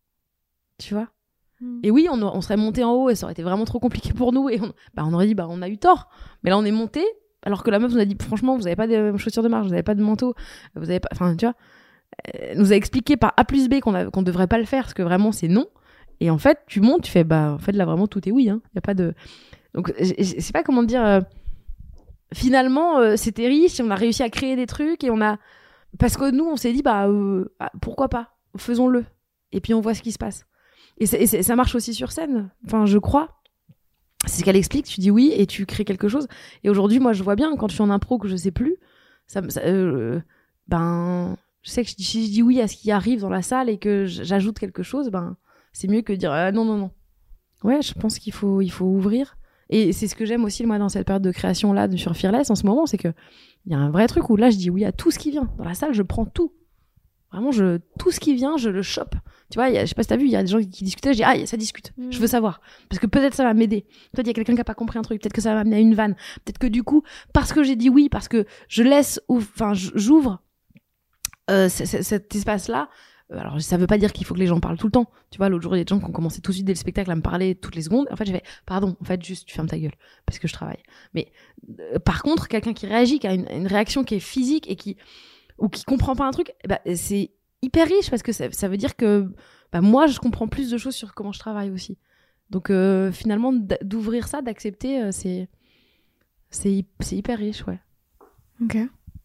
Tu vois? Et oui, on, on serait monté en haut et ça aurait été vraiment trop compliqué pour nous et on, bah on aurait dit bah on a eu tort. Mais là on est monté alors que la meuf nous a dit franchement vous avez pas de chaussures de marche, vous avez pas de manteau, vous avez pas, enfin tu vois, elle nous a expliqué par A plus B qu'on a, qu'on devrait pas le faire parce que vraiment c'est non. Et en fait tu montes, tu fais bah en fait là vraiment tout est oui, hein. Y a pas de, donc je sais pas comment dire. Euh... Finalement euh, c'était riche, on a réussi à créer des trucs et on a, parce que nous on s'est dit bah euh, pourquoi pas, faisons-le et puis on voit ce qui se passe. Et, c'est, et c'est, ça marche aussi sur scène, enfin je crois. C'est ce qu'elle explique, tu dis oui et tu crées quelque chose. Et aujourd'hui, moi je vois bien, quand je suis en impro que je sais plus, ça, ça, euh, ben, je sais que si je dis oui à ce qui arrive dans la salle et que j'ajoute quelque chose, ben, c'est mieux que de dire euh, non, non, non. Ouais, je pense qu'il faut, il faut ouvrir. Et c'est ce que j'aime aussi, moi, dans cette période de création-là, de, sur Fearless, en ce moment, c'est qu'il y a un vrai truc où là, je dis oui à tout ce qui vient. Dans la salle, je prends tout. Vraiment, je, tout ce qui vient, je le chope. Tu vois, y a, je sais pas si t'as vu, il y a des gens qui, qui discutaient, je dis, ah, ça discute, mmh. Je veux savoir. Parce que peut-être ça va m'aider. Peut-être il y a quelqu'un qui a pas compris un truc, peut-être que ça va m'amener à une vanne. Peut-être que du coup, parce que j'ai dit oui, parce que je laisse, enfin, j'ouvre euh, c- c- cet espace-là. Alors, ça veut pas dire qu'il faut que les gens parlent tout le temps. Tu vois, l'autre jour, il y a des gens qui ont commencé tout de suite dès le spectacle à me parler toutes les secondes. En fait, j'ai fait, pardon, en fait, juste, tu fermes ta gueule. Parce que je travaille. Mais, euh, par contre, quelqu'un qui réagit, qui a une, une réaction qui est physique et qui, ou qui comprend pas un truc, bah, c'est hyper riche parce que ça, ça veut dire que, bah, moi, je comprends plus de choses sur comment je travaille aussi. Donc, euh, finalement, d'ouvrir ça, d'accepter, euh, c'est, c'est, c'est hyper riche, ouais. Ok.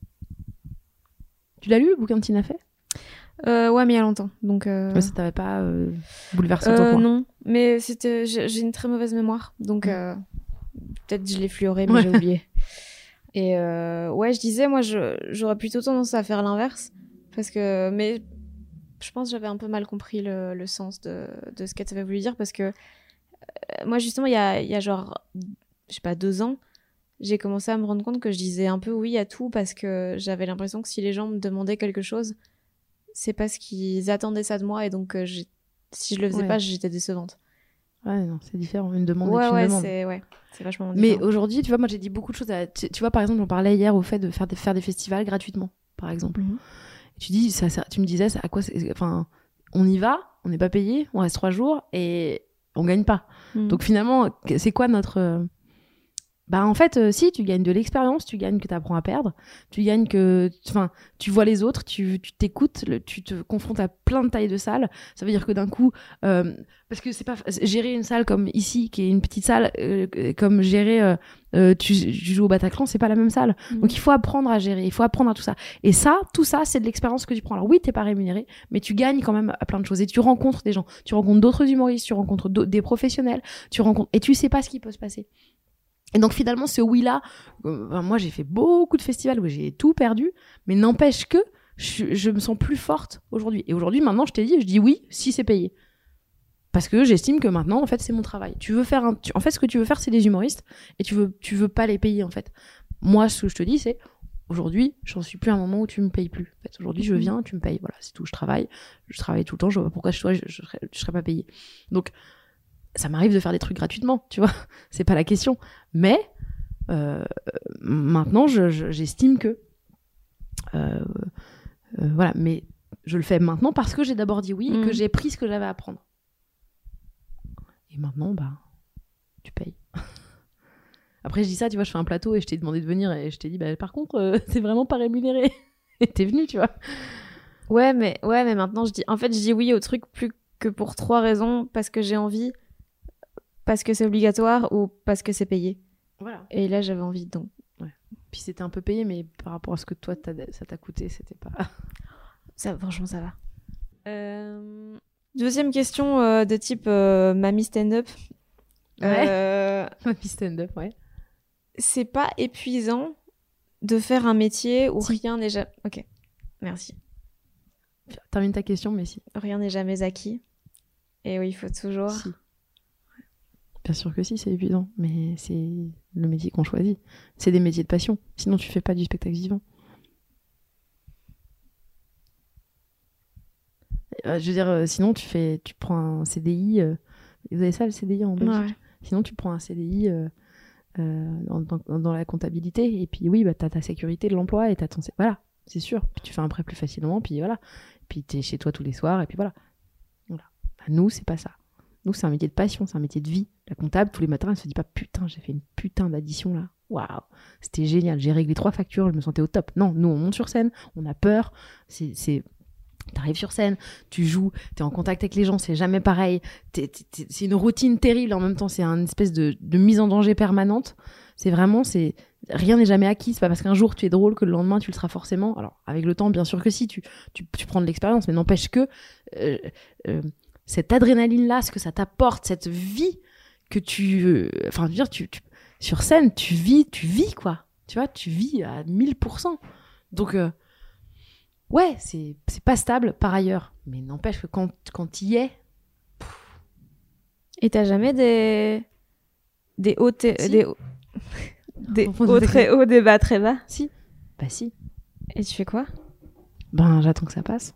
Tu l'as lu, le bouquin de Tina Fey? Euh, ouais, mais il y a longtemps. Donc, euh... ouais, ça t'avait pas euh, bouleversé euh, ton coin? Non, mais c'était, j'ai, j'ai une très mauvaise mémoire. Donc, euh, peut-être je l'ai fleuré, mais ouais. j'ai oublié. Et euh, ouais, je disais, moi, je, j'aurais plutôt tendance à faire l'inverse. Parce que, mais je pense que j'avais un peu mal compris le, le sens de, de ce qu'elle avait voulu dire. Parce que, euh, moi, justement, il y a, il y a genre, je sais pas, deux ans, j'ai commencé à me rendre compte que je disais un peu oui à tout. Parce que j'avais l'impression que si les gens me demandaient quelque chose, c'est parce qu'ils attendaient ça de moi. Et donc, euh, j'ai, si je le faisais ouais. pas, j'étais décevante. Ouais, non, c'est différent. Une demande ouais, est une ouais, demande. C'est, ouais, c'est vachement différent. Mais aujourd'hui, tu vois, moi, j'ai dit beaucoup de choses. À... Tu, tu vois, par exemple, on parlait hier au fait de faire des, faire des festivals gratuitement, par exemple. Mm-hmm. Tu dis, ça, ça, tu me disais, ça, à quoi c'est... Enfin, on y va, on n'est pas payé, on reste trois jours et on gagne pas. Mm-hmm. Donc finalement, c'est quoi notre... Bah en fait, euh, si, tu gagnes de l'expérience, tu gagnes que tu apprends à perdre, tu gagnes que... Enfin, tu vois les autres, tu, tu t'écoutes, le, tu te confrontes à plein de tailles de salles. Ça veut dire que d'un coup... Euh, parce que c'est pas... Gérer une salle comme ici, qui est une petite salle, euh, comme gérer... Euh, euh, tu, tu joues au Bataclan, c'est pas la même salle. Mmh. Donc il faut apprendre à gérer, il faut apprendre à tout ça. Et ça, tout ça, c'est de l'expérience que tu prends. Alors oui, t'es pas rémunéré, mais tu gagnes quand même à plein de choses. Et tu rencontres des gens, tu rencontres d'autres humoristes, tu rencontres des professionnels, tu rencontres... Et tu sais pas ce qui peut se passer. Et donc finalement, ce oui-là, euh, ben, moi j'ai fait beaucoup de festivals où j'ai tout perdu, mais n'empêche que je, je me sens plus forte aujourd'hui. Et aujourd'hui, maintenant, je t'ai dit, je dis oui si c'est payé. Parce que j'estime que maintenant, en fait, c'est mon travail. Tu veux faire un, tu, en fait, ce que tu veux faire, c'est des humoristes, et tu veux, tu veux pas les payer, en fait. Moi, ce que je te dis, c'est, aujourd'hui, j'en suis plus à un moment où tu me payes plus. En fait, aujourd'hui, je viens, tu me payes. Voilà, c'est tout. Je travaille, je travaille tout le temps. Je vois pas pourquoi je, je, je, serais, je serais pas payée. Donc, ça m'arrive de faire des trucs gratuitement, tu vois. C'est pas la question. Mais euh, maintenant, je, je, j'estime que euh, euh, voilà. Mais je le fais maintenant parce que j'ai d'abord dit oui et mmh. que j'ai pris ce que j'avais à prendre. Et maintenant, bah, tu payes. Après, je dis ça, tu vois, je fais un plateau et je t'ai demandé de venir et je t'ai dit, bah, par contre, euh, c'est vraiment pas rémunéré. Et t'es venu, tu vois. Ouais, mais ouais, mais maintenant, je dis, en fait, je dis oui au truc plus que pour trois raisons, parce que j'ai envie, parce que c'est obligatoire ou parce que c'est payé. Voilà. Et là, j'avais envie, donc. Ouais. Puis c'était un peu payé, mais par rapport à ce que toi, t'as, ça t'a coûté, c'était pas. Ça, franchement, ça va. Euh... Deuxième question euh, de type euh, mamie stand-up. Ouais. Euh... Mamie stand-up, ouais. C'est pas épuisant de faire un métier où si. rien n'est jamais. Ok, merci. Termine ta question, mais si. Rien n'est jamais acquis. Et oui, il faut toujours. Si. Bien sûr que si, c'est épuisant, mais c'est le métier qu'on choisit. C'est des métiers de passion. Sinon, tu fais pas du spectacle vivant. Euh, je veux dire, euh, sinon tu fais, tu prends un C D I. Euh, vous avez ça le C D I en Belgique. Ouais. Sinon, tu prends un C D I euh, euh, dans, dans, dans la comptabilité et puis oui, bah t'as ta sécurité de l'emploi et t'as ton, voilà, c'est sûr. Puis tu fais un prêt plus facilement, puis voilà. Puis t'es chez toi tous les soirs et puis voilà. Voilà. Bah, nous, c'est pas ça. Nous, c'est un métier de passion, c'est un métier de vie. La comptable, tous les matins, elle se dit pas putain, j'ai fait une putain d'addition là. Waouh, c'était génial. J'ai réglé trois factures, je me sentais au top. Non, nous, on monte sur scène, on a peur. C'est, c'est... T'arrives sur scène, tu joues, t'es en contact avec les gens, c'est jamais pareil. T'es, t'es, t'es... C'est une routine terrible. En même temps, c'est une espèce de, de mise en danger permanente. C'est vraiment, c'est rien n'est jamais acquis. C'est pas parce qu'un jour tu es drôle que le lendemain tu le seras forcément. Alors avec le temps, bien sûr que si, tu tu, tu prends de l'expérience, mais n'empêche que euh, euh, cette adrénaline-là, ce que ça t'apporte, cette vie que tu, euh, enfin, je veux dire, tu, tu sur scène, tu vis, tu vis quoi. Tu vois, tu vis à mille pour cent. Donc euh, ouais, c'est, c'est pas stable par ailleurs. Mais n'empêche que quand, quand t'y es... Pff. Et t'as jamais des... Des hauts... T... Si. Des, des hauts très hauts, des bas très bas? Si. Bah si. Et tu fais quoi? Ben, j'attends que ça passe.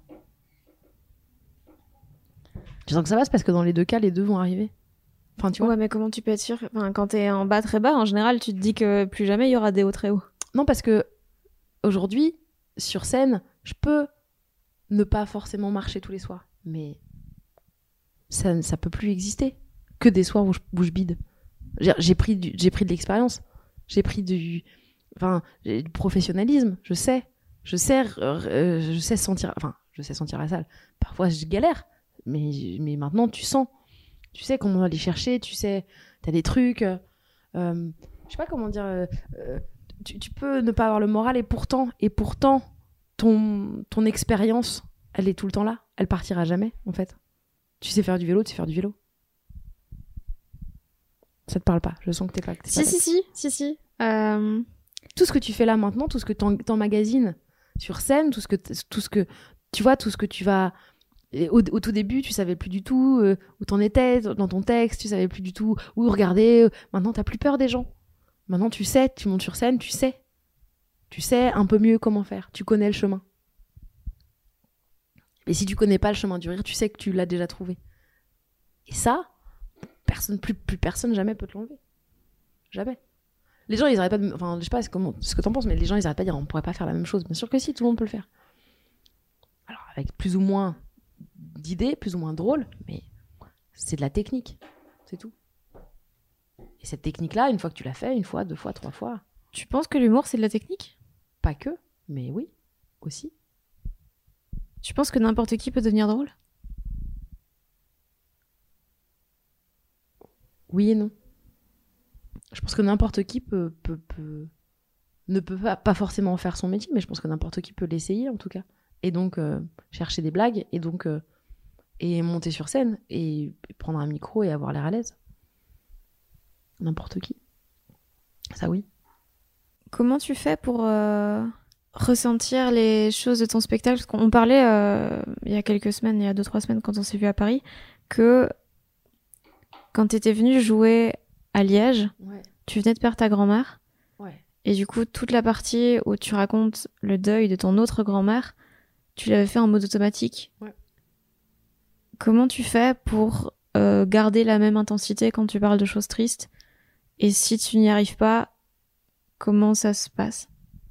J'attends que ça passe parce que dans les deux cas, les deux vont arriver. Enfin, tu vois. Ouais, mais comment tu peux être sûr? Enfin, quand t'es en bas très bas, en général, tu te dis que plus jamais il y aura des hauts très hauts. Non, parce que aujourd'hui, sur scène... Je peux ne pas forcément marcher tous les soirs, mais ça ça peut plus exister que des soirs où je, où je bide. J'ai, j'ai pris du, j'ai pris de l'expérience, j'ai pris du, enfin, du professionnalisme. Je sais, je sais, euh, je sais sentir, enfin, je sais sentir la salle. Parfois, je galère, mais mais maintenant, tu sens, tu sais comment aller chercher, tu sais, t'as des trucs, euh, euh, je sais pas comment dire, euh, euh, tu, tu peux ne pas avoir le moral et pourtant et pourtant ton, ton expérience, elle est tout le temps là. Elle partira jamais, en fait. Tu sais faire du vélo, tu sais faire du vélo. Ça te parle pas. Je sens que t'es pas... T'es si, pas si, si, si, si. Euh... Tout ce que tu fais là maintenant, tout ce que t'emmagasines sur scène, tout ce que, tout ce que... Tu vois, tout ce que tu vas... Au, au tout début, tu savais plus du tout euh, où t'en étais dans ton texte, tu savais plus du tout où regarder. Maintenant, t'as plus peur des gens. Maintenant, tu sais, tu montes sur scène, tu sais. Tu sais un peu mieux comment faire. Tu connais le chemin. Et si tu connais pas le chemin du rire, tu sais que tu l'as déjà trouvé. Et ça, personne, plus, plus personne jamais peut te l'enlever. Jamais. Les gens, ils arrêtent pas de... Enfin, je sais pas comment, ce que t'en penses, mais les gens, ils arrêtent pas de dire on pourrait pas faire la même chose. Bien sûr que si, tout le monde peut le faire. Alors, avec plus ou moins d'idées, plus ou moins drôles, mais c'est de la technique. C'est tout. Et cette technique-là, une fois que tu l'as fait, une fois, deux fois, trois fois... Tu penses que l'humour, c'est de la technique? Pas que, mais oui, aussi. Tu penses que n'importe qui peut devenir drôle? Oui et non. Je pense que n'importe qui peut, peut, peut ne peut pas, pas forcément faire son métier, mais je pense que n'importe qui peut l'essayer en tout cas. Et donc euh, chercher des blagues, et donc euh, et monter sur scène, et, et prendre un micro et avoir l'air à l'aise. N'importe qui. Ça, oui. Comment tu fais pour euh, ressentir les choses de ton spectacle? Parce qu'on parlait euh, il y a quelques semaines, il y a deux, trois semaines, quand on s'est vu à Paris, que quand t'étais venue jouer à Liège, Ouais. tu venais de perdre ta grand-mère. Ouais. Et du coup, toute la partie où tu racontes le deuil de ton autre grand-mère, tu l'avais fait en mode automatique. Ouais. Comment tu fais pour euh, garder la même intensité quand tu parles de choses tristes? Et si tu n'y arrives pas, comment ça se passe?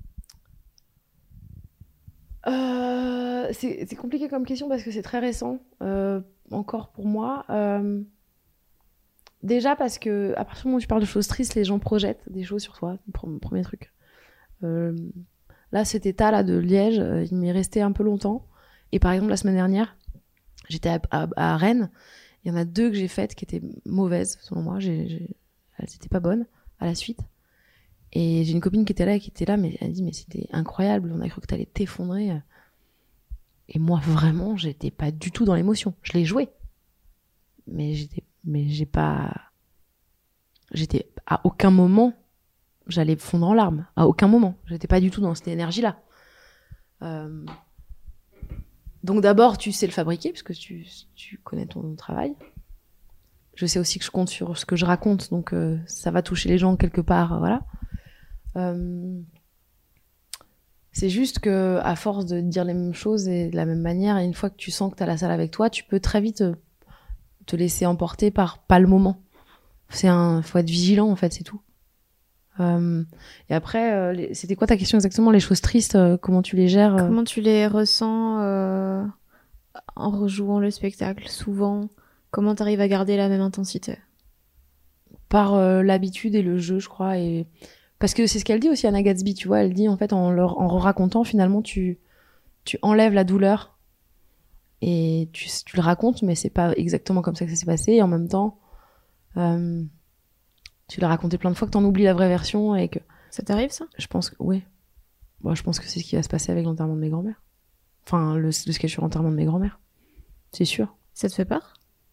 Euh, c'est, c'est compliqué comme question parce que c'est très récent, euh, encore pour moi. Euh, déjà parce que à partir du moment où tu parles de choses tristes, les gens projettent des choses sur toi. Mon premier truc. Euh, là, cet état-là de Liège, euh, il m'est resté un peu longtemps. Et par exemple, la semaine dernière, j'étais à, à, à Rennes. Il y en a deux que j'ai faites qui étaient mauvaises, selon moi. J'ai, j'ai... Elles n'étaient pas bonnes à la suite. Et j'ai une copine qui était là, qui était là, mais elle dit, mais c'était incroyable, on a cru que t'allais t'effondrer. Et moi, vraiment, j'étais pas du tout dans l'émotion. Je l'ai joué. Mais j'étais, mais j'ai pas, j'étais, à aucun moment, j'allais fondre en larmes. À aucun moment. J'étais pas du tout dans cette énergie-là. Euh... Donc d'abord, tu sais le fabriquer, parce que tu, tu connais ton travail. Je sais aussi que je compte sur ce que je raconte, donc euh, ça va toucher les gens quelque part, voilà. Euh... C'est juste que à force de dire les mêmes choses et de la même manière, et une fois que tu sens que t'as la salle avec toi, tu peux très vite te, te laisser emporter par pas le moment. C'est un, faut être vigilant en fait, c'est tout. Euh... Et après, euh, les... c'était quoi ta question exactement? Les choses tristes, euh, comment tu les gères? euh... Comment tu les ressens euh, en rejouant le spectacle, souvent? Comment t'arrives à garder la même intensité? Par euh, l'habitude et le jeu, je crois, et parce que c'est ce qu'elle dit aussi, Anna Gatsby, tu vois, elle dit en fait en leur en racontant finalement tu tu enlèves la douleur et tu tu le racontes, mais c'est pas exactement comme ça que ça s'est passé, et en même temps euh, tu l'as raconté plein de fois que t'en oublies la vraie version et que ça t'arrive ça? Je pense que oui. Bon, je pense que c'est ce qui va se passer avec l'enterrement de mes grands-mères. Enfin, le, le sketch sur l'enterrement de mes grands-mères, c'est sûr. Ça te fait peur?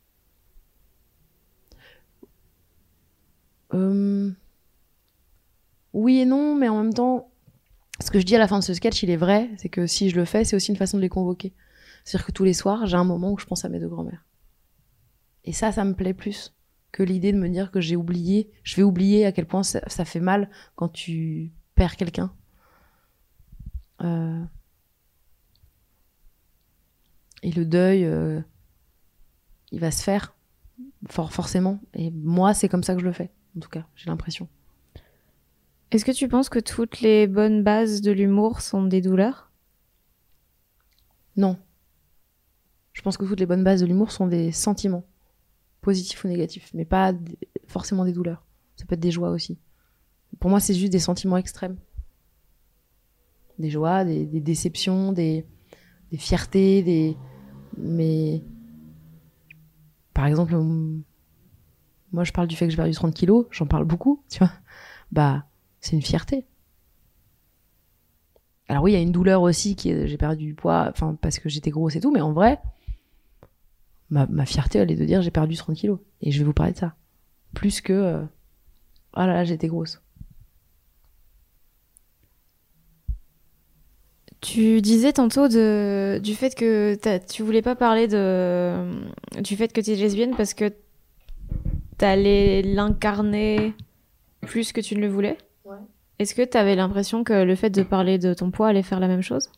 Euh... Oui et non, mais en même temps, ce que je dis à la fin de ce sketch, il est vrai, c'est que si je le fais, c'est aussi une façon de les convoquer. C'est-à-dire que tous les soirs, j'ai un moment où je pense à mes deux grands-mères. Et ça, ça me plaît plus que l'idée de me dire que j'ai oublié, je vais oublier à quel point ça, ça fait mal quand tu perds quelqu'un. Euh... Et le deuil, euh... il va se faire, for- forcément. Et moi, c'est comme ça que je le fais, en tout cas, j'ai l'impression. Est-ce que tu penses que toutes les bonnes bases de l'humour sont des douleurs? Non. Je pense que toutes les bonnes bases de l'humour sont des sentiments, positifs ou négatifs, mais pas d- forcément des douleurs. Ça peut être des joies aussi. Pour moi, c'est juste des sentiments extrêmes. Des joies, des, des déceptions, des, des fiertés, des... Mais... Par exemple, moi, je parle du fait que j'ai perdu trente kilos, j'en parle beaucoup, tu vois. Bah... c'est une fierté. Alors oui, il y a une douleur aussi, qui est, j'ai perdu du poids, enfin parce que j'étais grosse et tout, mais en vrai, ma, ma fierté, elle est de dire j'ai perdu trente kilos. Et je vais vous parler de ça. Plus que, euh, oh là là, j'étais grosse. Tu disais tantôt de, du fait que t'as- tu voulais pas parler de, du fait que tu es lesbienne parce que t'allais l'incarner plus que tu ne le voulais. Ouais. Est-ce que t'avais l'impression que le fait de parler de ton poids allait faire la même chose?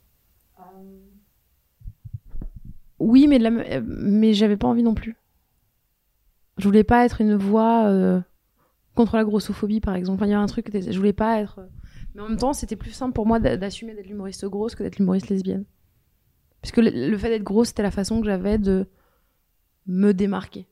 Oui, mais, de la... mais j'avais pas envie non plus. Je voulais pas être une voix euh, contre la grossophobie, par exemple. Enfin, il y a un truc, je voulais pas être... Mais en même temps, c'était plus simple pour moi d'assumer d'être l'humoriste grosse que d'être l'humoriste lesbienne. Puisque le, le fait d'être grosse, c'était la façon que j'avais de me démarquer.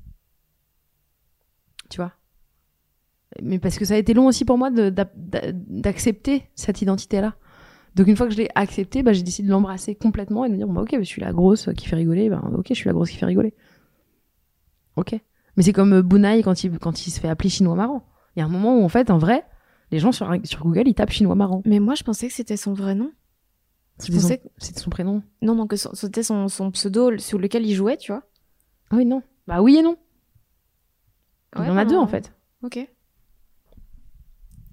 Tu vois? Mais parce que ça a été long aussi pour moi de, d'a, d'accepter cette identité-là. Donc une fois que je l'ai acceptée, bah, j'ai décidé de l'embrasser complètement et de me dire, bon, bah, ok, je suis la grosse qui fait rigoler, bah, ok, je suis la grosse qui fait rigoler. Ok. Mais c'est comme euh, Bunai quand il, quand il se fait appeler chinois marrant. Il y a un moment où en fait, en vrai, les gens sur, sur Google, ils tapent chinois marrant. Mais moi, je pensais que c'était son vrai nom. C'était, pensais son, que... c'était son prénom. Non, non, que son, c'était son, son pseudo sous lequel il jouait, tu vois. Ah oui, non. Bah oui et non. Ouais, il y en a non, deux, non. en fait. Ok.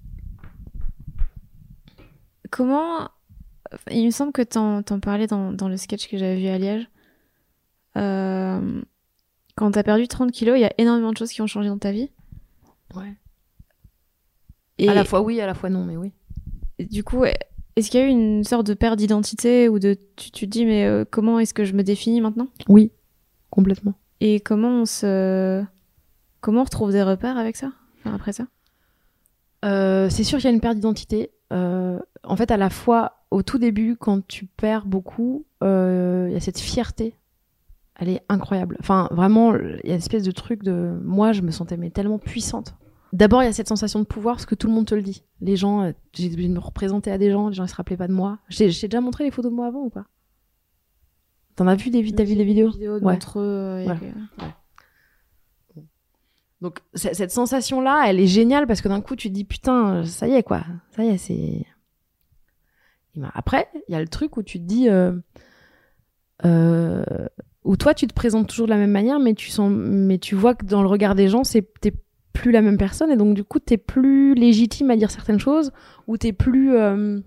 comment... Il me semble que t'en, t'en parlais dans, dans le sketch que j'avais vu à Liège. Euh, quand t'as perdu trente kilos, il y a énormément de choses qui ont changé dans ta vie. Ouais. Et à la fois oui, à la fois non, mais oui. Du coup, est-ce qu'il y a eu une sorte de perte d'identité ou de tu, tu te dis mais euh, comment est-ce que je me définis maintenant ? Oui, complètement. Et comment on se comment on retrouve des repères avec ça ? Enfin, après ça ? Euh, c'est sûr qu'il y a une perte d'identité. Euh, en fait, à la fois, au tout début, quand tu perds beaucoup, euh, il y a cette fierté. Elle est incroyable. Enfin, vraiment, il y a une espèce de truc de... Moi, je me sentais mais tellement puissante. D'abord, il y a cette sensation de pouvoir parce que tout le monde te le dit. Les gens, euh, j'ai dû me représenter à des gens, les gens, ils se rappelaient pas de moi. J'ai, j'ai déjà montré les photos de moi avant ou pas ? T'en as vu des, t'as vu des vidéos ? vidéos Ouais. d'entre eux. Euh, Voilà. que... Ouais. Donc c- cette sensation-là, elle est géniale parce que d'un coup, tu te dis putain, ça y est quoi, ça y est, c'est. Et ben, après, il y a le truc où tu te dis, euh, euh, où toi, tu te présentes toujours de la même manière, mais tu sens, mais tu vois que dans le regard des gens, c'est t'es plus la même personne et donc du coup, t'es plus légitime à dire certaines choses ou t'es plus euh,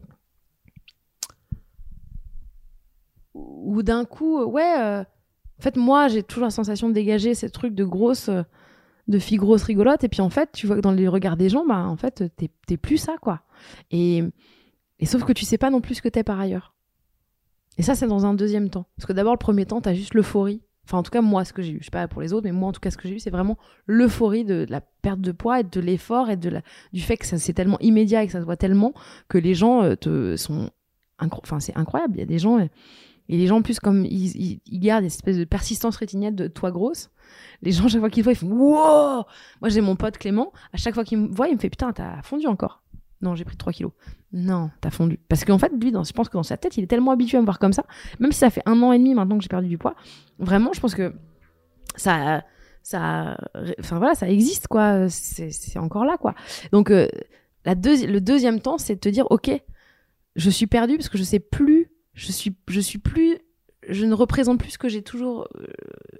ou d'un coup, ouais. Euh, en fait, moi, j'ai toujours la sensation de dégager ces trucs de grosse. Euh, de filles grosses rigolotes et puis en fait tu vois que dans les regards des gens bah en fait t'es, t'es plus ça quoi et, et sauf que tu sais pas non plus ce que t'es par ailleurs et ça c'est dans un deuxième temps parce que d'abord le premier temps t'as juste l'euphorie enfin en tout cas moi ce que j'ai eu je sais pas pour les autres mais moi en tout cas ce que j'ai eu c'est vraiment l'euphorie de, de la perte de poids et de l'effort et de la, du fait que ça, c'est tellement immédiat et que ça se voit tellement que les gens euh, te sont incro- enfin c'est incroyable il y a des gens et, et les gens en plus comme ils, ils, ils gardent une espèce de persistance rétinienne de toi grosse. Les gens, chaque fois qu'ils te voient, ils font « Wow !» Moi, j'ai mon pote Clément, à chaque fois qu'il me voit, il me fait « Putain, t'as fondu encore ?» Non, j'ai pris trois kilos. Non, t'as fondu. Parce qu'en fait, lui, dans, je pense que dans sa tête, il est tellement habitué à me voir comme ça, même si ça fait un an et demi maintenant que j'ai perdu du poids, vraiment, je pense que ça... ça enfin voilà, ça existe, quoi. C'est, c'est encore là, quoi. Donc, euh, la deuxi- le deuxième temps, c'est de te dire « Ok, je suis perdue parce que je sais plus, je suis, je suis plus... Je ne représente plus ce que j'ai toujours euh, été. »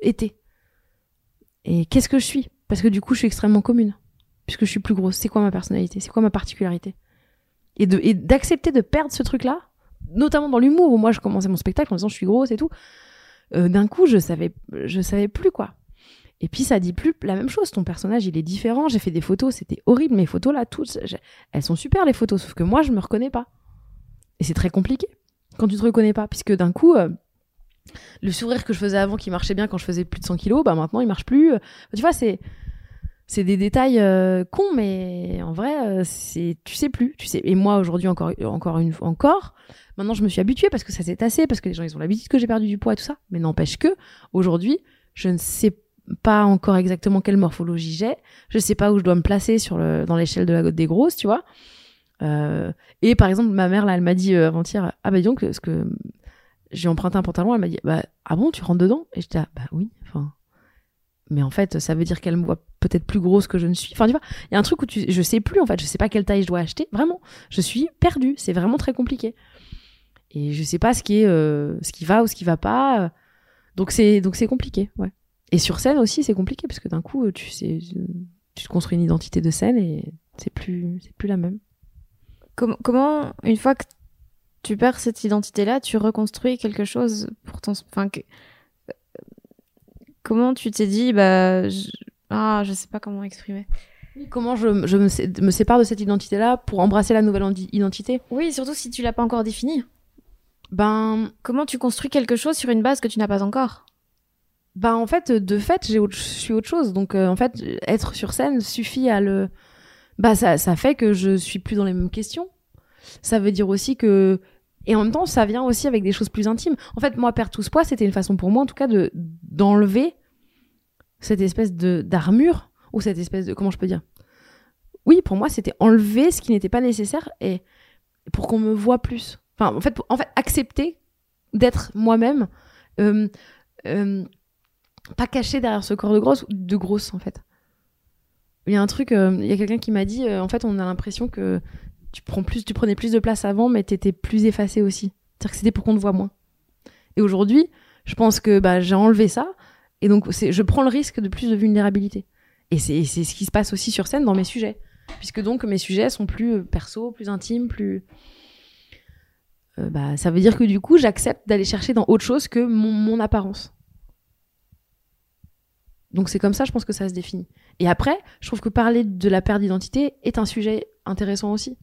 Et qu'est-ce que je suis ? Parce que du coup, je suis extrêmement commune. Puisque je suis plus grosse. C'est quoi ma personnalité ? C'est quoi ma particularité ? Et, de, et d'accepter de perdre ce truc-là, notamment dans l'humour, où moi, je commençais mon spectacle en disant je suis grosse et tout. Euh, d'un coup, je savais, je savais plus, quoi. Et puis, ça dit plus la même chose. Ton personnage, il est différent. J'ai fait des photos, c'était horrible. Mes photos, là, toutes, elles sont super, les photos. Sauf que moi, je me reconnais pas. Et c'est très compliqué quand tu te reconnais pas. Puisque d'un coup... Euh, le sourire que je faisais avant qui marchait bien quand je faisais plus de cent kilos, bah maintenant il marche plus. Tu vois, c'est, c'est des détails euh, cons, mais en vrai, euh, c'est, tu sais plus. Tu sais. Et moi aujourd'hui, encore, encore une fois, encore, maintenant je me suis habituée parce que ça s'est tassé, parce que les gens ils ont l'habitude que j'ai perdu du poids et tout ça. Mais n'empêche que, aujourd'hui, je ne sais pas encore exactement quelle morphologie j'ai. Je sais pas où je dois me placer sur le, dans l'échelle de la des grosses, tu vois. Euh, et par exemple, ma mère, là, elle m'a dit euh, avant-hier, ah bah dis donc, ce que. J'ai emprunté un pantalon, elle m'a dit bah ah bon, tu rentres dedans ? Et j'étais ah, bah oui, enfin mais en fait ça veut dire qu'elle me voit peut-être plus grosse que je ne suis. Enfin tu vois, il y a un truc où tu je sais plus en fait, je sais pas quelle taille je dois acheter, vraiment. Je suis perdue, c'est vraiment très compliqué. Et je sais pas ce qui est euh, ce qui va ou ce qui va pas. Donc c'est donc c'est compliqué, ouais. Et sur scène aussi, c'est compliqué parce que d'un coup tu sais tu te construis une identité de scène et c'est plus c'est plus la même. Comment comment une fois que tu perds cette identité-là, tu reconstruis quelque chose pour ton... Enfin, que... Comment tu t'es dit, bah... Je... Ah, je sais pas comment exprimer. Comment je, je me, sé- me sépare de cette identité-là pour embrasser la nouvelle indi- identité ? Oui, surtout si tu l'as pas encore définie. Ben... Comment tu construis quelque chose sur une base que tu n'as pas encore ? Ben, en fait, de fait, j'ai autre, je suis autre chose. Donc, euh, en fait, être sur scène suffit à le... Bah, ça, ça fait que je suis plus dans les mêmes questions. Ça veut dire aussi que... Et en même temps, ça vient aussi avec des choses plus intimes. En fait, moi, perdre tout ce poids, c'était une façon pour moi, en tout cas, de, d'enlever cette espèce de, d'armure, ou cette espèce de... Comment je peux dire ? Oui, pour moi, c'était enlever ce qui n'était pas nécessaire et pour qu'on me voie plus. Enfin, en fait, pour, en fait accepter d'être moi-même, euh, euh, pas caché derrière ce corps de grosse, de grosse, en fait. Il y a un truc, euh, il y a quelqu'un qui m'a dit, euh, en fait, on a l'impression que tu prends plus, tu prenais plus de place avant, mais t'étais plus effacée aussi. C'est-à-dire que c'était pour qu'on te voit moins. Et aujourd'hui, je pense que bah, j'ai enlevé ça, et donc c'est, je prends le risque de plus de vulnérabilité. Et c'est, c'est ce qui se passe aussi sur scène dans mes sujets, puisque donc mes sujets sont plus perso, plus intimes, plus euh, bah, ça veut dire que du coup, j'accepte d'aller chercher dans autre chose que mon, mon apparence. Donc c'est comme ça, je pense que ça se définit. Et après, je trouve que parler de la perte d'identité est un sujet intéressant aussi.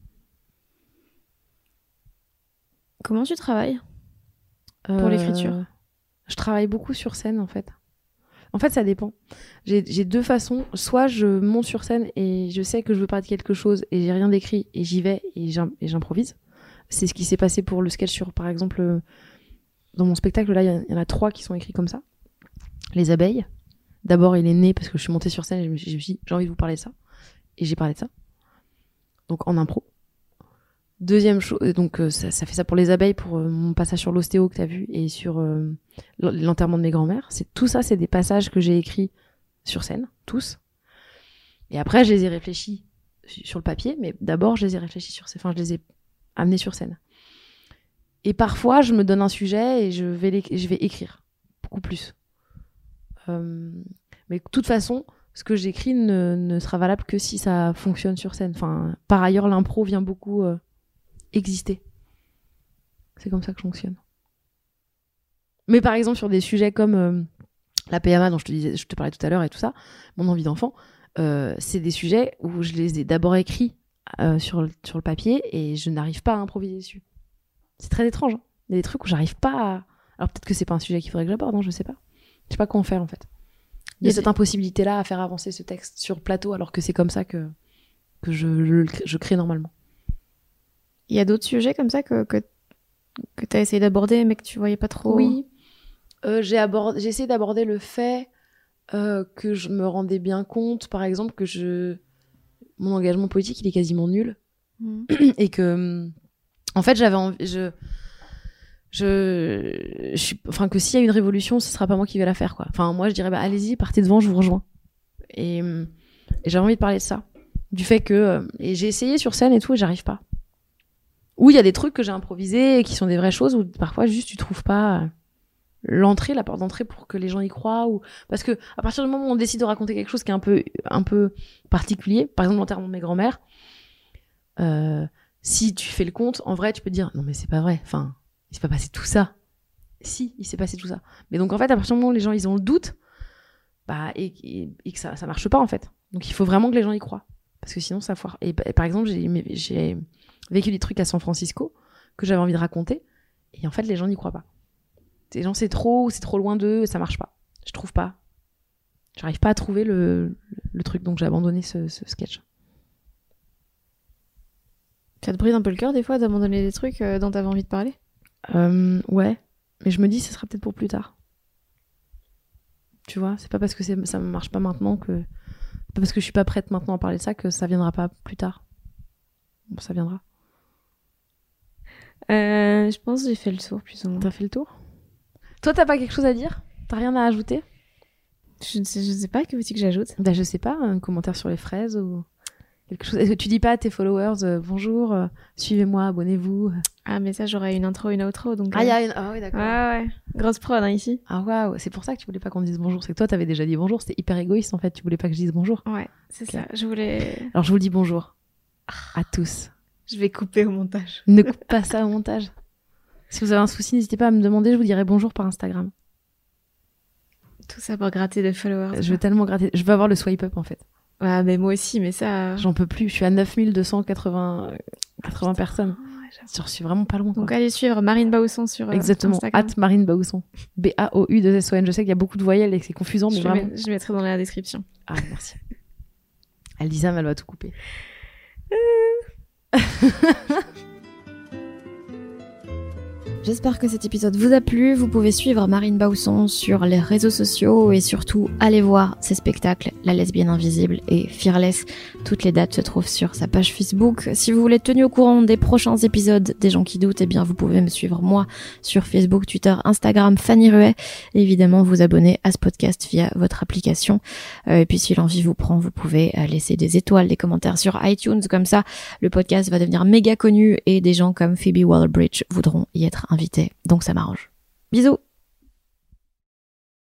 Comment tu travailles pour Euh, l'écriture? Je travaille beaucoup sur scène, en fait. En fait, ça dépend. J'ai, j'ai deux façons. Soit je monte sur scène et je sais que je veux parler de quelque chose et j'ai rien d'écrit et j'y vais et, j'im- et j'improvise. C'est ce qui s'est passé pour le sketch sur, par exemple, euh, dans mon spectacle, là, il y, y en a trois qui sont écrits comme ça. Les abeilles. D'abord, il est né parce que je suis montée sur scène et je me suis je me suis dit, j'ai envie de vous parler de ça. Et j'ai parlé de ça. Donc, en impro. Deuxième chose, donc euh, ça, ça fait ça pour les abeilles, pour euh, mon passage sur l'ostéo que t'as vu et sur euh, l'enterrement de mes grands-mères. C'est tout ça, c'est des passages que j'ai écrits sur scène, tous. Et après, je les ai réfléchis sur le papier, mais d'abord, je les ai réfléchis sur scène. Enfin, je les ai amenés sur scène. Et parfois, je me donne un sujet et je vais, les, je vais écrire beaucoup plus. Euh, mais de toute façon, ce que j'écris ne, ne sera valable que si ça fonctionne sur scène. Enfin, par ailleurs, l'impro vient beaucoup euh, exister. C'est comme ça que je fonctionne. Mais par exemple, sur des sujets comme euh, la P M A dont je te, disais, je te parlais tout à l'heure et tout ça, mon envie d'enfant, euh, c'est des sujets où je les ai d'abord écrits euh, sur, le, sur le papier et je n'arrive pas à improviser dessus. C'est très étrange. Hein. Il y a des trucs où j'arrive pas à... Alors peut-être que c'est pas un sujet qu'il faudrait que j'aborde, hein, je sais pas. Je sais pas comment faire en fait. Il y a cette impossibilité-là à faire avancer ce texte sur le plateau alors que c'est comme ça que, que je, je, je crée normalement. Il y a d'autres sujets comme ça que, que, que tu as essayé d'aborder mais que tu voyais pas trop? Oui. Euh, j'ai, abordé, j'ai essayé d'aborder le fait euh, que je me rendais bien compte, par exemple, que je... mon engagement politique, il est quasiment nul. Mmh. Et que, en fait, j'avais envie... Je... Je, je suis, enfin que s'il y a une révolution, ce sera pas moi qui vais la faire quoi. Enfin moi je dirais bah allez-y, partez devant, je vous rejoins. Et, et j'avais envie de parler de ça, du fait que et j'ai essayé sur scène et tout et j'arrive pas. Ou il y a des trucs que j'ai improvisés et qui sont des vraies choses où parfois juste tu trouves pas l'entrée, la porte d'entrée pour que les gens y croient ou parce que à partir du moment où on décide de raconter quelque chose qui est un peu un peu particulier, par exemple l'enterrement de mes grands-mères, euh, si tu fais le compte, en vrai tu peux te dire non mais c'est pas vrai, enfin il s'est pas passé tout ça. Si, il s'est passé tout ça. Mais donc, en fait, à partir du moment où les gens, ils ont le doute, bah, et, et, et que ça, ça marche pas, en fait. Donc, il faut vraiment que les gens y croient. Parce que sinon, ça foire. Et, et par exemple, j'ai, j'ai vécu des trucs à San Francisco que j'avais envie de raconter. Et en fait, les gens n'y croient pas. Les gens, c'est trop, c'est trop loin d'eux, ça marche pas. Je trouve pas. J'arrive pas à trouver le, le, le truc. Donc, j'ai abandonné ce, ce sketch. Ça te brise un peu le cœur, des fois, d'abandonner des trucs euh, dont t'avais envie de parler? Euh, ouais, mais je me dis ce sera peut-être pour plus tard. Tu vois, c'est pas parce que c'est, ça marche pas maintenant que... C'est pas parce que je suis pas prête maintenant à parler de ça que ça viendra pas plus tard. Bon, ça viendra. Euh, je pense que j'ai fait le tour, plus ou moins. T'as fait le tour? Toi, t'as pas quelque chose à dire? T'as rien à ajouter? Je ne sais, je sais pas, que veux-tu que j'ajoute? Bah, je sais pas, un commentaire sur les fraises ou... quelque chose. Est-ce que tu dis pas à tes followers euh, bonjour, euh, suivez-moi, abonnez-vous? Ah, mais ça, j'aurais une intro, une outro. Donc, ah, il euh... y a une. Ah, oui, d'accord. Ah, ouais. Grosse prod, hein, ici. Ah, waouh. C'est pour ça que tu voulais pas qu'on dise bonjour. C'est que toi, t'avais déjà dit bonjour. C'était hyper égoïste, en fait. Tu voulais pas que je dise bonjour. Ouais, c'est okay. ça. Je voulais. Alors, je vous le dis bonjour. À tous. Je vais couper au montage. Ne coupe pas ça au montage. Si vous avez un souci, n'hésitez pas à me demander. Je vous dirai bonjour par Instagram. Tout ça pour gratter des followers. Je veux tellement gratter. Je veux avoir le swipe up, en fait. Ouais, mais moi aussi, mais ça... J'en peux plus, je suis à neuf mille deux cent quatre-vingts oh, personnes. Ouais, je suis vraiment pas loin. Donc quoi. allez suivre Marine Bausson sur euh, Exactement, Instagram. at Marine Bausson. B A O U deux S O N. Je sais qu'il y a beaucoup de voyelles et que c'est confusant, mais je vraiment... Mets, je mettrai dans la description. Ah, merci. Elle dit ça, mais elle va tout couper. J'espère que cet épisode vous a plu. Vous pouvez suivre Marine Bausson sur les réseaux sociaux et surtout aller voir ses spectacles La Lesbienne Invisible et Fearless. Toutes les dates se trouvent sur sa page Facebook. Si vous voulez être tenu au courant des prochains épisodes des gens qui doutent, eh bien vous pouvez me suivre moi sur Facebook, Twitter, Instagram, Fanny Ruet. Et évidemment vous abonner à ce podcast via votre application. Euh, et puis si l'envie vous prend, vous pouvez euh, laisser des étoiles, des commentaires sur iTunes. Comme ça, le podcast va devenir méga connu et des gens comme Phoebe Waller-Bridge voudront y être invité, donc ça m'arrange. Bisous!